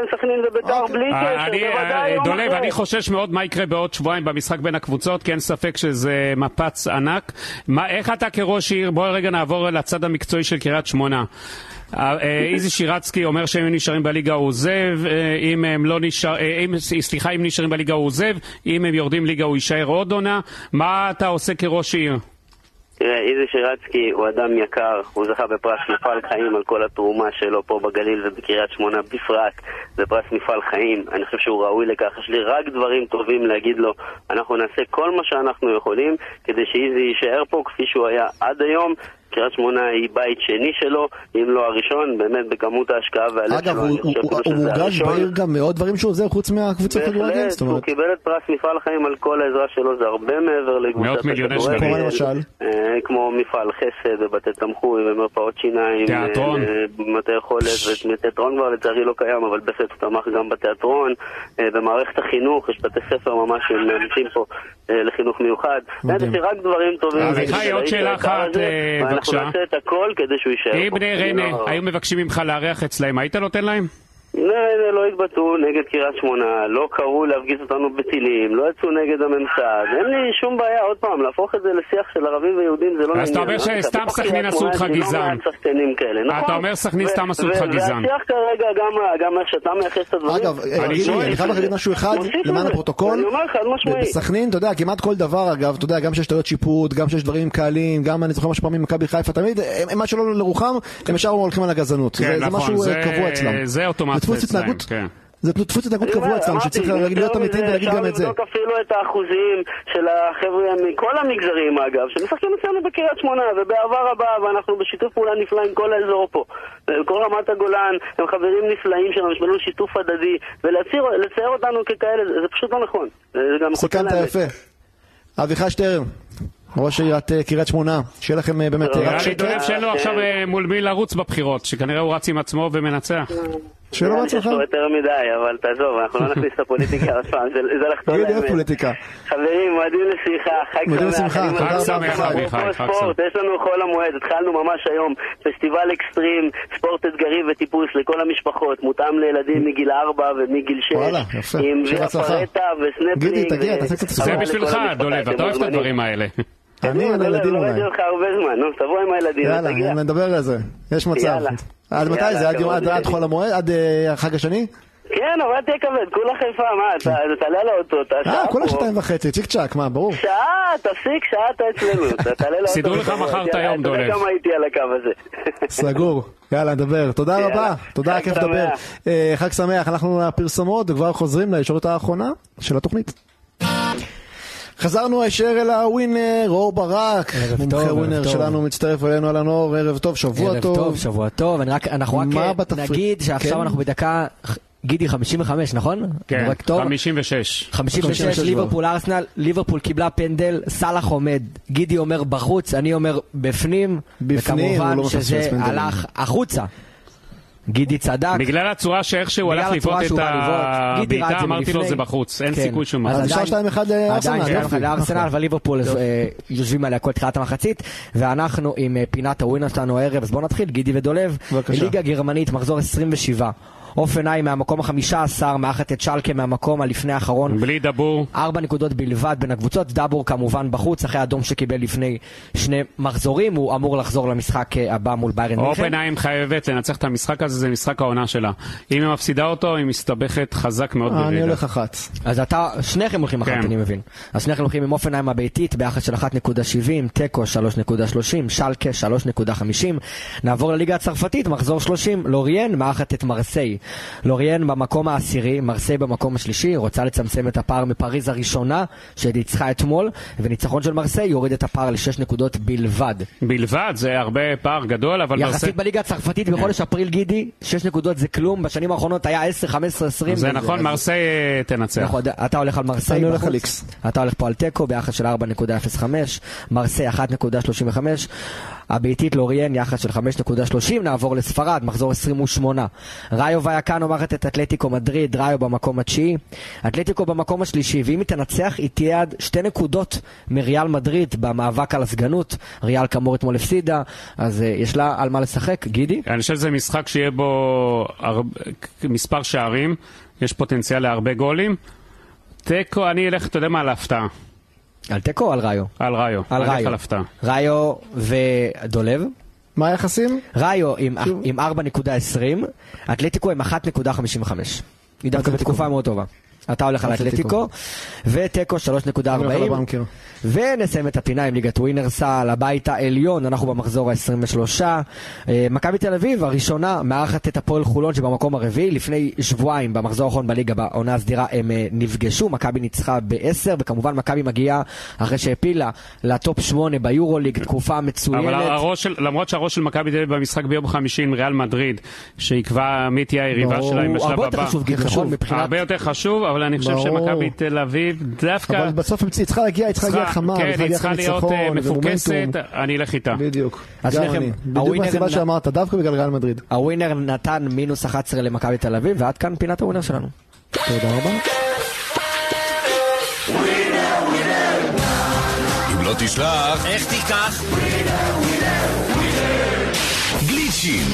דולב, אני חושש מאוד מה יקרה בעוד שבועיים במשחק בין הקבוצות, כי אין ספק שזה מפץ ענק. איך אתה כראש עיר, בוא רגע נעבור לצד המקצועי של קריית שמונה. איזי שירצקי אומר שהם נשארים בליגה הוא עוזב, אם נשארים בליגה הוא עוזב, אם הם יורדים ליגה הוא יישאר עוד עונה. מה אתה עושה כראש עיר? תראה, איזי שירצקי הוא אדם יקר, הוא זכה בפרס מפעל חיים על כל התרומה שלו פה בגליל ובקריית שמונה בפרט, זה פרס מפעל חיים, אני חושב שהוא ראוי לכך, יש לי רק דברים טובים להגיד לו, אנחנו נעשה כל מה שאנחנו יכולים כדי שאיזי יישאר פה כפי שהוא היה עד היום, קריית שמונה היא בית שני שלו, אם לא הראשון, באמת בכמות ההשקעה והלב שלו. אגב, הוא מורגש בעיר גם מאוד דברים שהוא עוזר חוץ מהקבוצה כדורגל. בהחלט, הוא קיבל את פרס מפעל חיים על כל העזרה שלו, זה הרבה מעבר לקבוצת הכדורגל. כמו מפעל חסד ובתי תמחוי ומרפאות שיניים, תיאטרון, בתי יכולת, ותיאטרון כבר לצערי לא קיים, אבל בהחלט הוא תמך גם בתיאטרון, במערכת החינוך, יש בתי ספר ממש שמאמצים פה לחינוך מיוחד. זה רק דברים טובים. אביחי, עוד שאלה אחת, בבקשה. ואנחנו נעשה את הכל כדי שהוא יישאר פה. אם בני ריינה היו מבקשים ממך לארח אצלהם, היית נותן להם? לא התבטאו נגד קריית שמונה, לא קראו להפגיז אותנו בטילים, לא יצאו נגד הממסד. אין לי שום בעיה, עוד פעם, להפוך את זה לשיח של ערבים ויהודים, זה לא... אז אתה אומר שסתם סכנין עשו אותך גזען. אתה אומר סכנין סתם עשו אותך גזען. והשיח כרגע גם איך שאתה מייחס את הדברים. אגב, אני חייב להגיד משהו אחד, למען הפרוטוקול. בסכנין, אתה יודע, כמעט כל דבר, אגב, אתה יודע, גם שיש טעויות שיפוט, גם שיש דברים קהלים, גם אני זוכר משהו פעמים מכבי חיפה, תמיד, מה שלא לרוחם, הם ישר הולכים על הגזענות. זה משהו קבוע אצלם. זה אוטומט. זה דפוס התנהגות קבוע אצלנו, שצריך להיות אמיתיים ולהגיד גם את זה. אפשר לבדוק אפילו את האחוזים של החבר'ה מכל המגזרים, אגב, שמשחקים אצלנו בקריית שמונה ובעבר הבא, ואנחנו בשיתוף פעולה נפלא עם כל האזור פה. כל רמת הגולן, הם חברים נפלאים שלנו, יש לנו שיתוף הדדי, ולצייר אותנו ככאלה, זה פשוט לא נכון. סיכמת יפה. אביחי שטרן, ראש עיריית קריית שמונה, שיהיה לכם באמת רק שקט. אני דולב שאין לו עכשיו מול מי לרוץ בבחירות, שכנראה הוא רץ עם עצמו ומנצח. שלא בהצלחה. יש לו יותר מדי, אבל תעזוב, אנחנו לא נכניס את הפוליטיקה עוד פעם, זה לחתור לאמת. חברים, מועדים לשמחה, חג שמח. יש לנו חול המועד, התחלנו ממש היום פסטיבל אקסטרים, ספורט אתגרי וטיפוס לכל המשפחות, מותאם לילדים מגיל 4 ומגיל 6, עם ויה פרטה וסנפלינג. זה בשבילך, דולב, אתה אוהב את הדברים האלה. אני על הילדים אולי. לא ראיתי לך הרבה זמן, תבוא עם הילדים. יאללה, נדבר על זה, יש מצב. עד מתי זה? עד חול המועד? עד החג השני? כן, אבל תהיה כבד, כולה חיפה, מה, תעלה לאוטו, כולה 2.5, צ'יק צ'ק, מה, ברור. שעה, תפסיק, שעה אתה אצלנו, תעלה לאוטו. סידרו לך מחר את היום, דולב. אתה גם הייתי על הקו הזה. סגור, יאללה, נדבר. תודה רבה, תודה, כיף לדבר. חג שמח, אנחנו לפרסומות, וכבר חוזרים לישורת האחרונה של התוכנית. חזרנו הישר אל הווינר, אור ברק, מומחה ווינר שלנו מצטרף אלינו על הנור, ערב טוב, שבוע טוב. ערב טוב, שבוע טוב, אנחנו רק נגיד שעכשיו אנחנו בדקה, גידי 55, נכון? כן, 56. 56, ליברפול ארסנל, ליברפול קיבלה פנדל, סלאח עומד, גידי אומר בחוץ, אני אומר בפנים, וכמובן שזה הלך החוצה. גידי צדק. בגלל הצורה שאיכשהו הלך לבעוט את הביתה, אמרתי לו זה בחוץ, אין סיכוי שום. אז נשאר 2-1 לארסנל, אבל ליברפול יושבים עליה כל תחילת המחצית, ואנחנו עם פינת הווינר שלנו הערב, אז בואו נתחיל, גידי ודולב. ליגה גרמנית, מחזור 27. אופנהיים מהמקום ה-15, מאחת את שלקה מהמקום הלפני האחרון. בלי דבור. 4 נקודות בלבד בין הקבוצות. דבור כמובן בחוץ, אחרי האדום שקיבל לפני 2 מחזורים. הוא אמור לחזור למשחק הבא מול ביירן מינכן. אופנהיים חייבת לנצח את המשחק הזה, זה משחק העונה שלה. אם היא מפסידה אותו, היא מסתבכת חזק מאוד בליגה. אני הולך אחת. אז שניכם הולכים אחת, אני מבין. אז שניכם הולכים עם אופנהיים הביתית, ביחס של 1.70, טקו 3.30, שלקה 3.50. נעבור לליגה הצרפתית, מחזור 30, לוריין, מאחת את מרסיי. לוריין במקום העשירי, מרסיי במקום השלישי, רוצה לצמצם את הפער מפריז הראשונה שניצחה אתמול, וניצחון של מרסיי יוריד את הפער ל6 נקודות בלבד. בלבד, זה הרבה פער גדול, אבל יחסית בליגה הצרפתית בחודש אפריל, גידי, 6 נקודות זה כלום, בשנים האחרונות היה 10, 15, 20. זה נכון, מרסיי תנצח. אתה הולך על מרסיי, אני הולך על איקס. אתה הולך פה על טקו ביחס של 4.05, מרסיי 1.35, הביתית לוריין יחס של 5.30. נעבור לספרד, מחזור 28. ראיו ויאקנו מארחת את אתלטיקו מדריד, ראיו במקום התשיעי, אתלטיקו במקום השלישי, ואם היא תנצח היא תהיה עד 2 נקודות מריאל מדריד במאבק על הסגנות. ריאל כאמור אתמול הפסידה, אז יש לה על מה לשחק. גידי? אני חושב שזה משחק שיהיה בו מספר שערים, יש פוטנציאל להרבה גולים. טקו, אני אלך, אתה יודע מה, על ההפתעה. על טקו או על ראיו? על ראיו. על ראיו. ראיו ודולב? מה היחסים? ראיו עם 4.20, אתלטיקו עם 1.55. היא דווקא בתקופה מאוד טובה. אתה הולך על אתלטיקו, וטקו 3.40. ונסיים את הפינה עם ליגת ווינרסל, הבית העליון, אנחנו במחזור ה-23. מכבי תל אביב, הראשונה, מארחת את הפועל חולון שבמקום הרביעי. לפני שבועיים במחזור האחרון בליגה, בעונה הסדירה, הם נפגשו. מכבי ניצחה ב-10, וכמובן מכבי מגיעה אחרי שהפילה לטופ 8 ביורוליג, תקופה מצוינת. אבל למרות שהראש של מכבי תל אביב במשחק ביום חמישי עם ריאל מדריד, שיקבע מי תהיה היריבה שלהם בשלב הבא. הרבה יותר חשוב, אבל אני חושב שמכבי תל אביב דווקא... אבל בסוף היא צריכה להגיע חמה, כן, היא צריכה להיות מפוקסת, אני אלך איתה. בדיוק, גם אני. בדיוק מהסיבה שאמרת, דווקא בגלל ריאל מדריד. הווינר נתן מינוס 11 למכבי תל אביב, ועד כאן פינת הווינר שלנו. תודה רבה. אם לא תשלח, איך תיקח? גליצ'ים.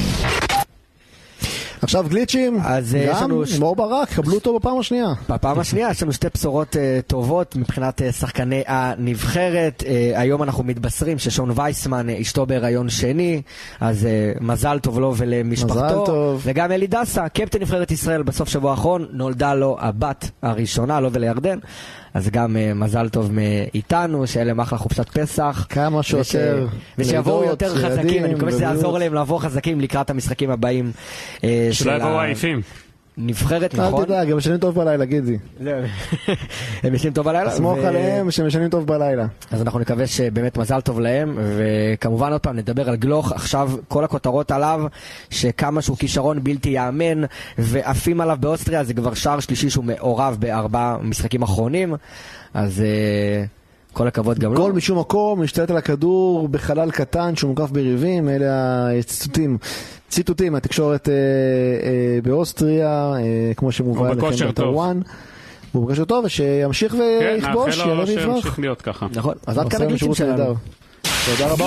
עכשיו גליצ'ים, גם מור ברק, קבלו אותו בפעם השנייה. בפעם השנייה יש לנו שתי בשורות טובות מבחינת שחקני הנבחרת. היום אנחנו מתבשרים ששון וייסמן אשתו בהיריון שני, אז מזל טוב לו ולמשפחתו. וגם אלי דסה, קפטן נבחרת ישראל בסוף שבוע האחרון, נולדה לו הבת הראשונה, לו ולירדן. אז גם מזל טוב מאיתנו, שאלה להם אחלה חופשת פסח. כמה שיותר. ושיבואו יותר חזקים, אני מקווה שזה יעזור להם לעבור חזקים לקראת המשחקים הבאים. שלא יבואו עייפים. נבחרת, נכון? אל תדאג, הם משנים טוב בלילה, גידי. הם משנים טוב בלילה? סמוך עליהם שהם משנים טוב בלילה. אז אנחנו נקווה שבאמת מזל טוב להם, וכמובן עוד פעם נדבר על גלוך. עכשיו כל הכותרות עליו, שכמה שהוא כישרון בלתי יאמן, ועפים עליו באוסטריה, זה כבר שער שלישי שהוא מעורב ב4 משחקים אחרונים, אז... כל הכבוד גם לו. גול משום מקום, משתלט על הכדור בחלל קטן שהוא מוקף בריבים, אלה הציטוטים מהתקשורת באוסטריה, כמו שמובא לכם בטרואן. הוא בכושר טוב, ושימשיך ויכבוש, יעלה ויברח. כן, נאחל לו שימשיך להיות ככה. נכון, אז עד כאן הגליצ'ים שלנו. תודה רבה.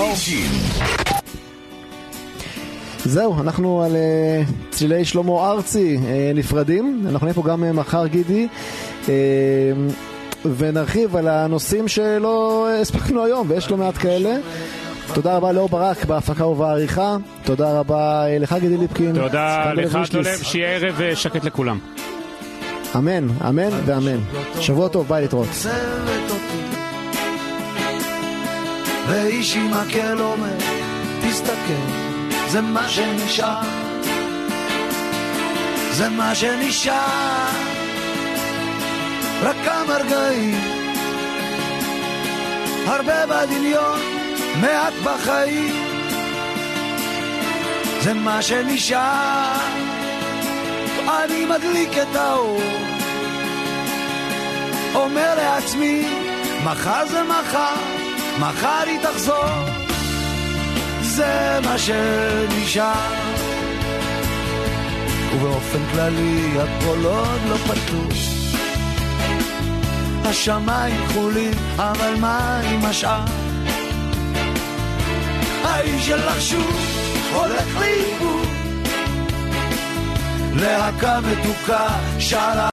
זהו, אנחנו על צלילי שלמה ארצי נפרדים, אנחנו נהיה פה גם מחר גידי, ונרחיב על הנושאים שלא הספקנו היום, ויש לא מעט כאלה. תודה רבה לאור ברק בהפקה ובעריכה. תודה רבה לך גידי ליפקין. תודה לך דולב, שיהיה ערב שקט לכולם. אמן, אמן ואמן. שבוע טוב, ביי, להתראות. ואיש עם מקל אומר, תסתכל, זה מה שנשאר, זה מה שנשאר, רק כמה רגעים, הרבה בדמיון, מעט בחיים, זה מה שנשאר. אני מדליק את האור, אומר לעצמי, מחר זה מחר, מחר היא תחזור, זה מה שנשאר. ובאופן כללי הכל עוד לא פתור, השמיים כחולים, אבל מה עם השאר? האיש שלך שוב הולך לאיבוד, להקה מתוקה שרה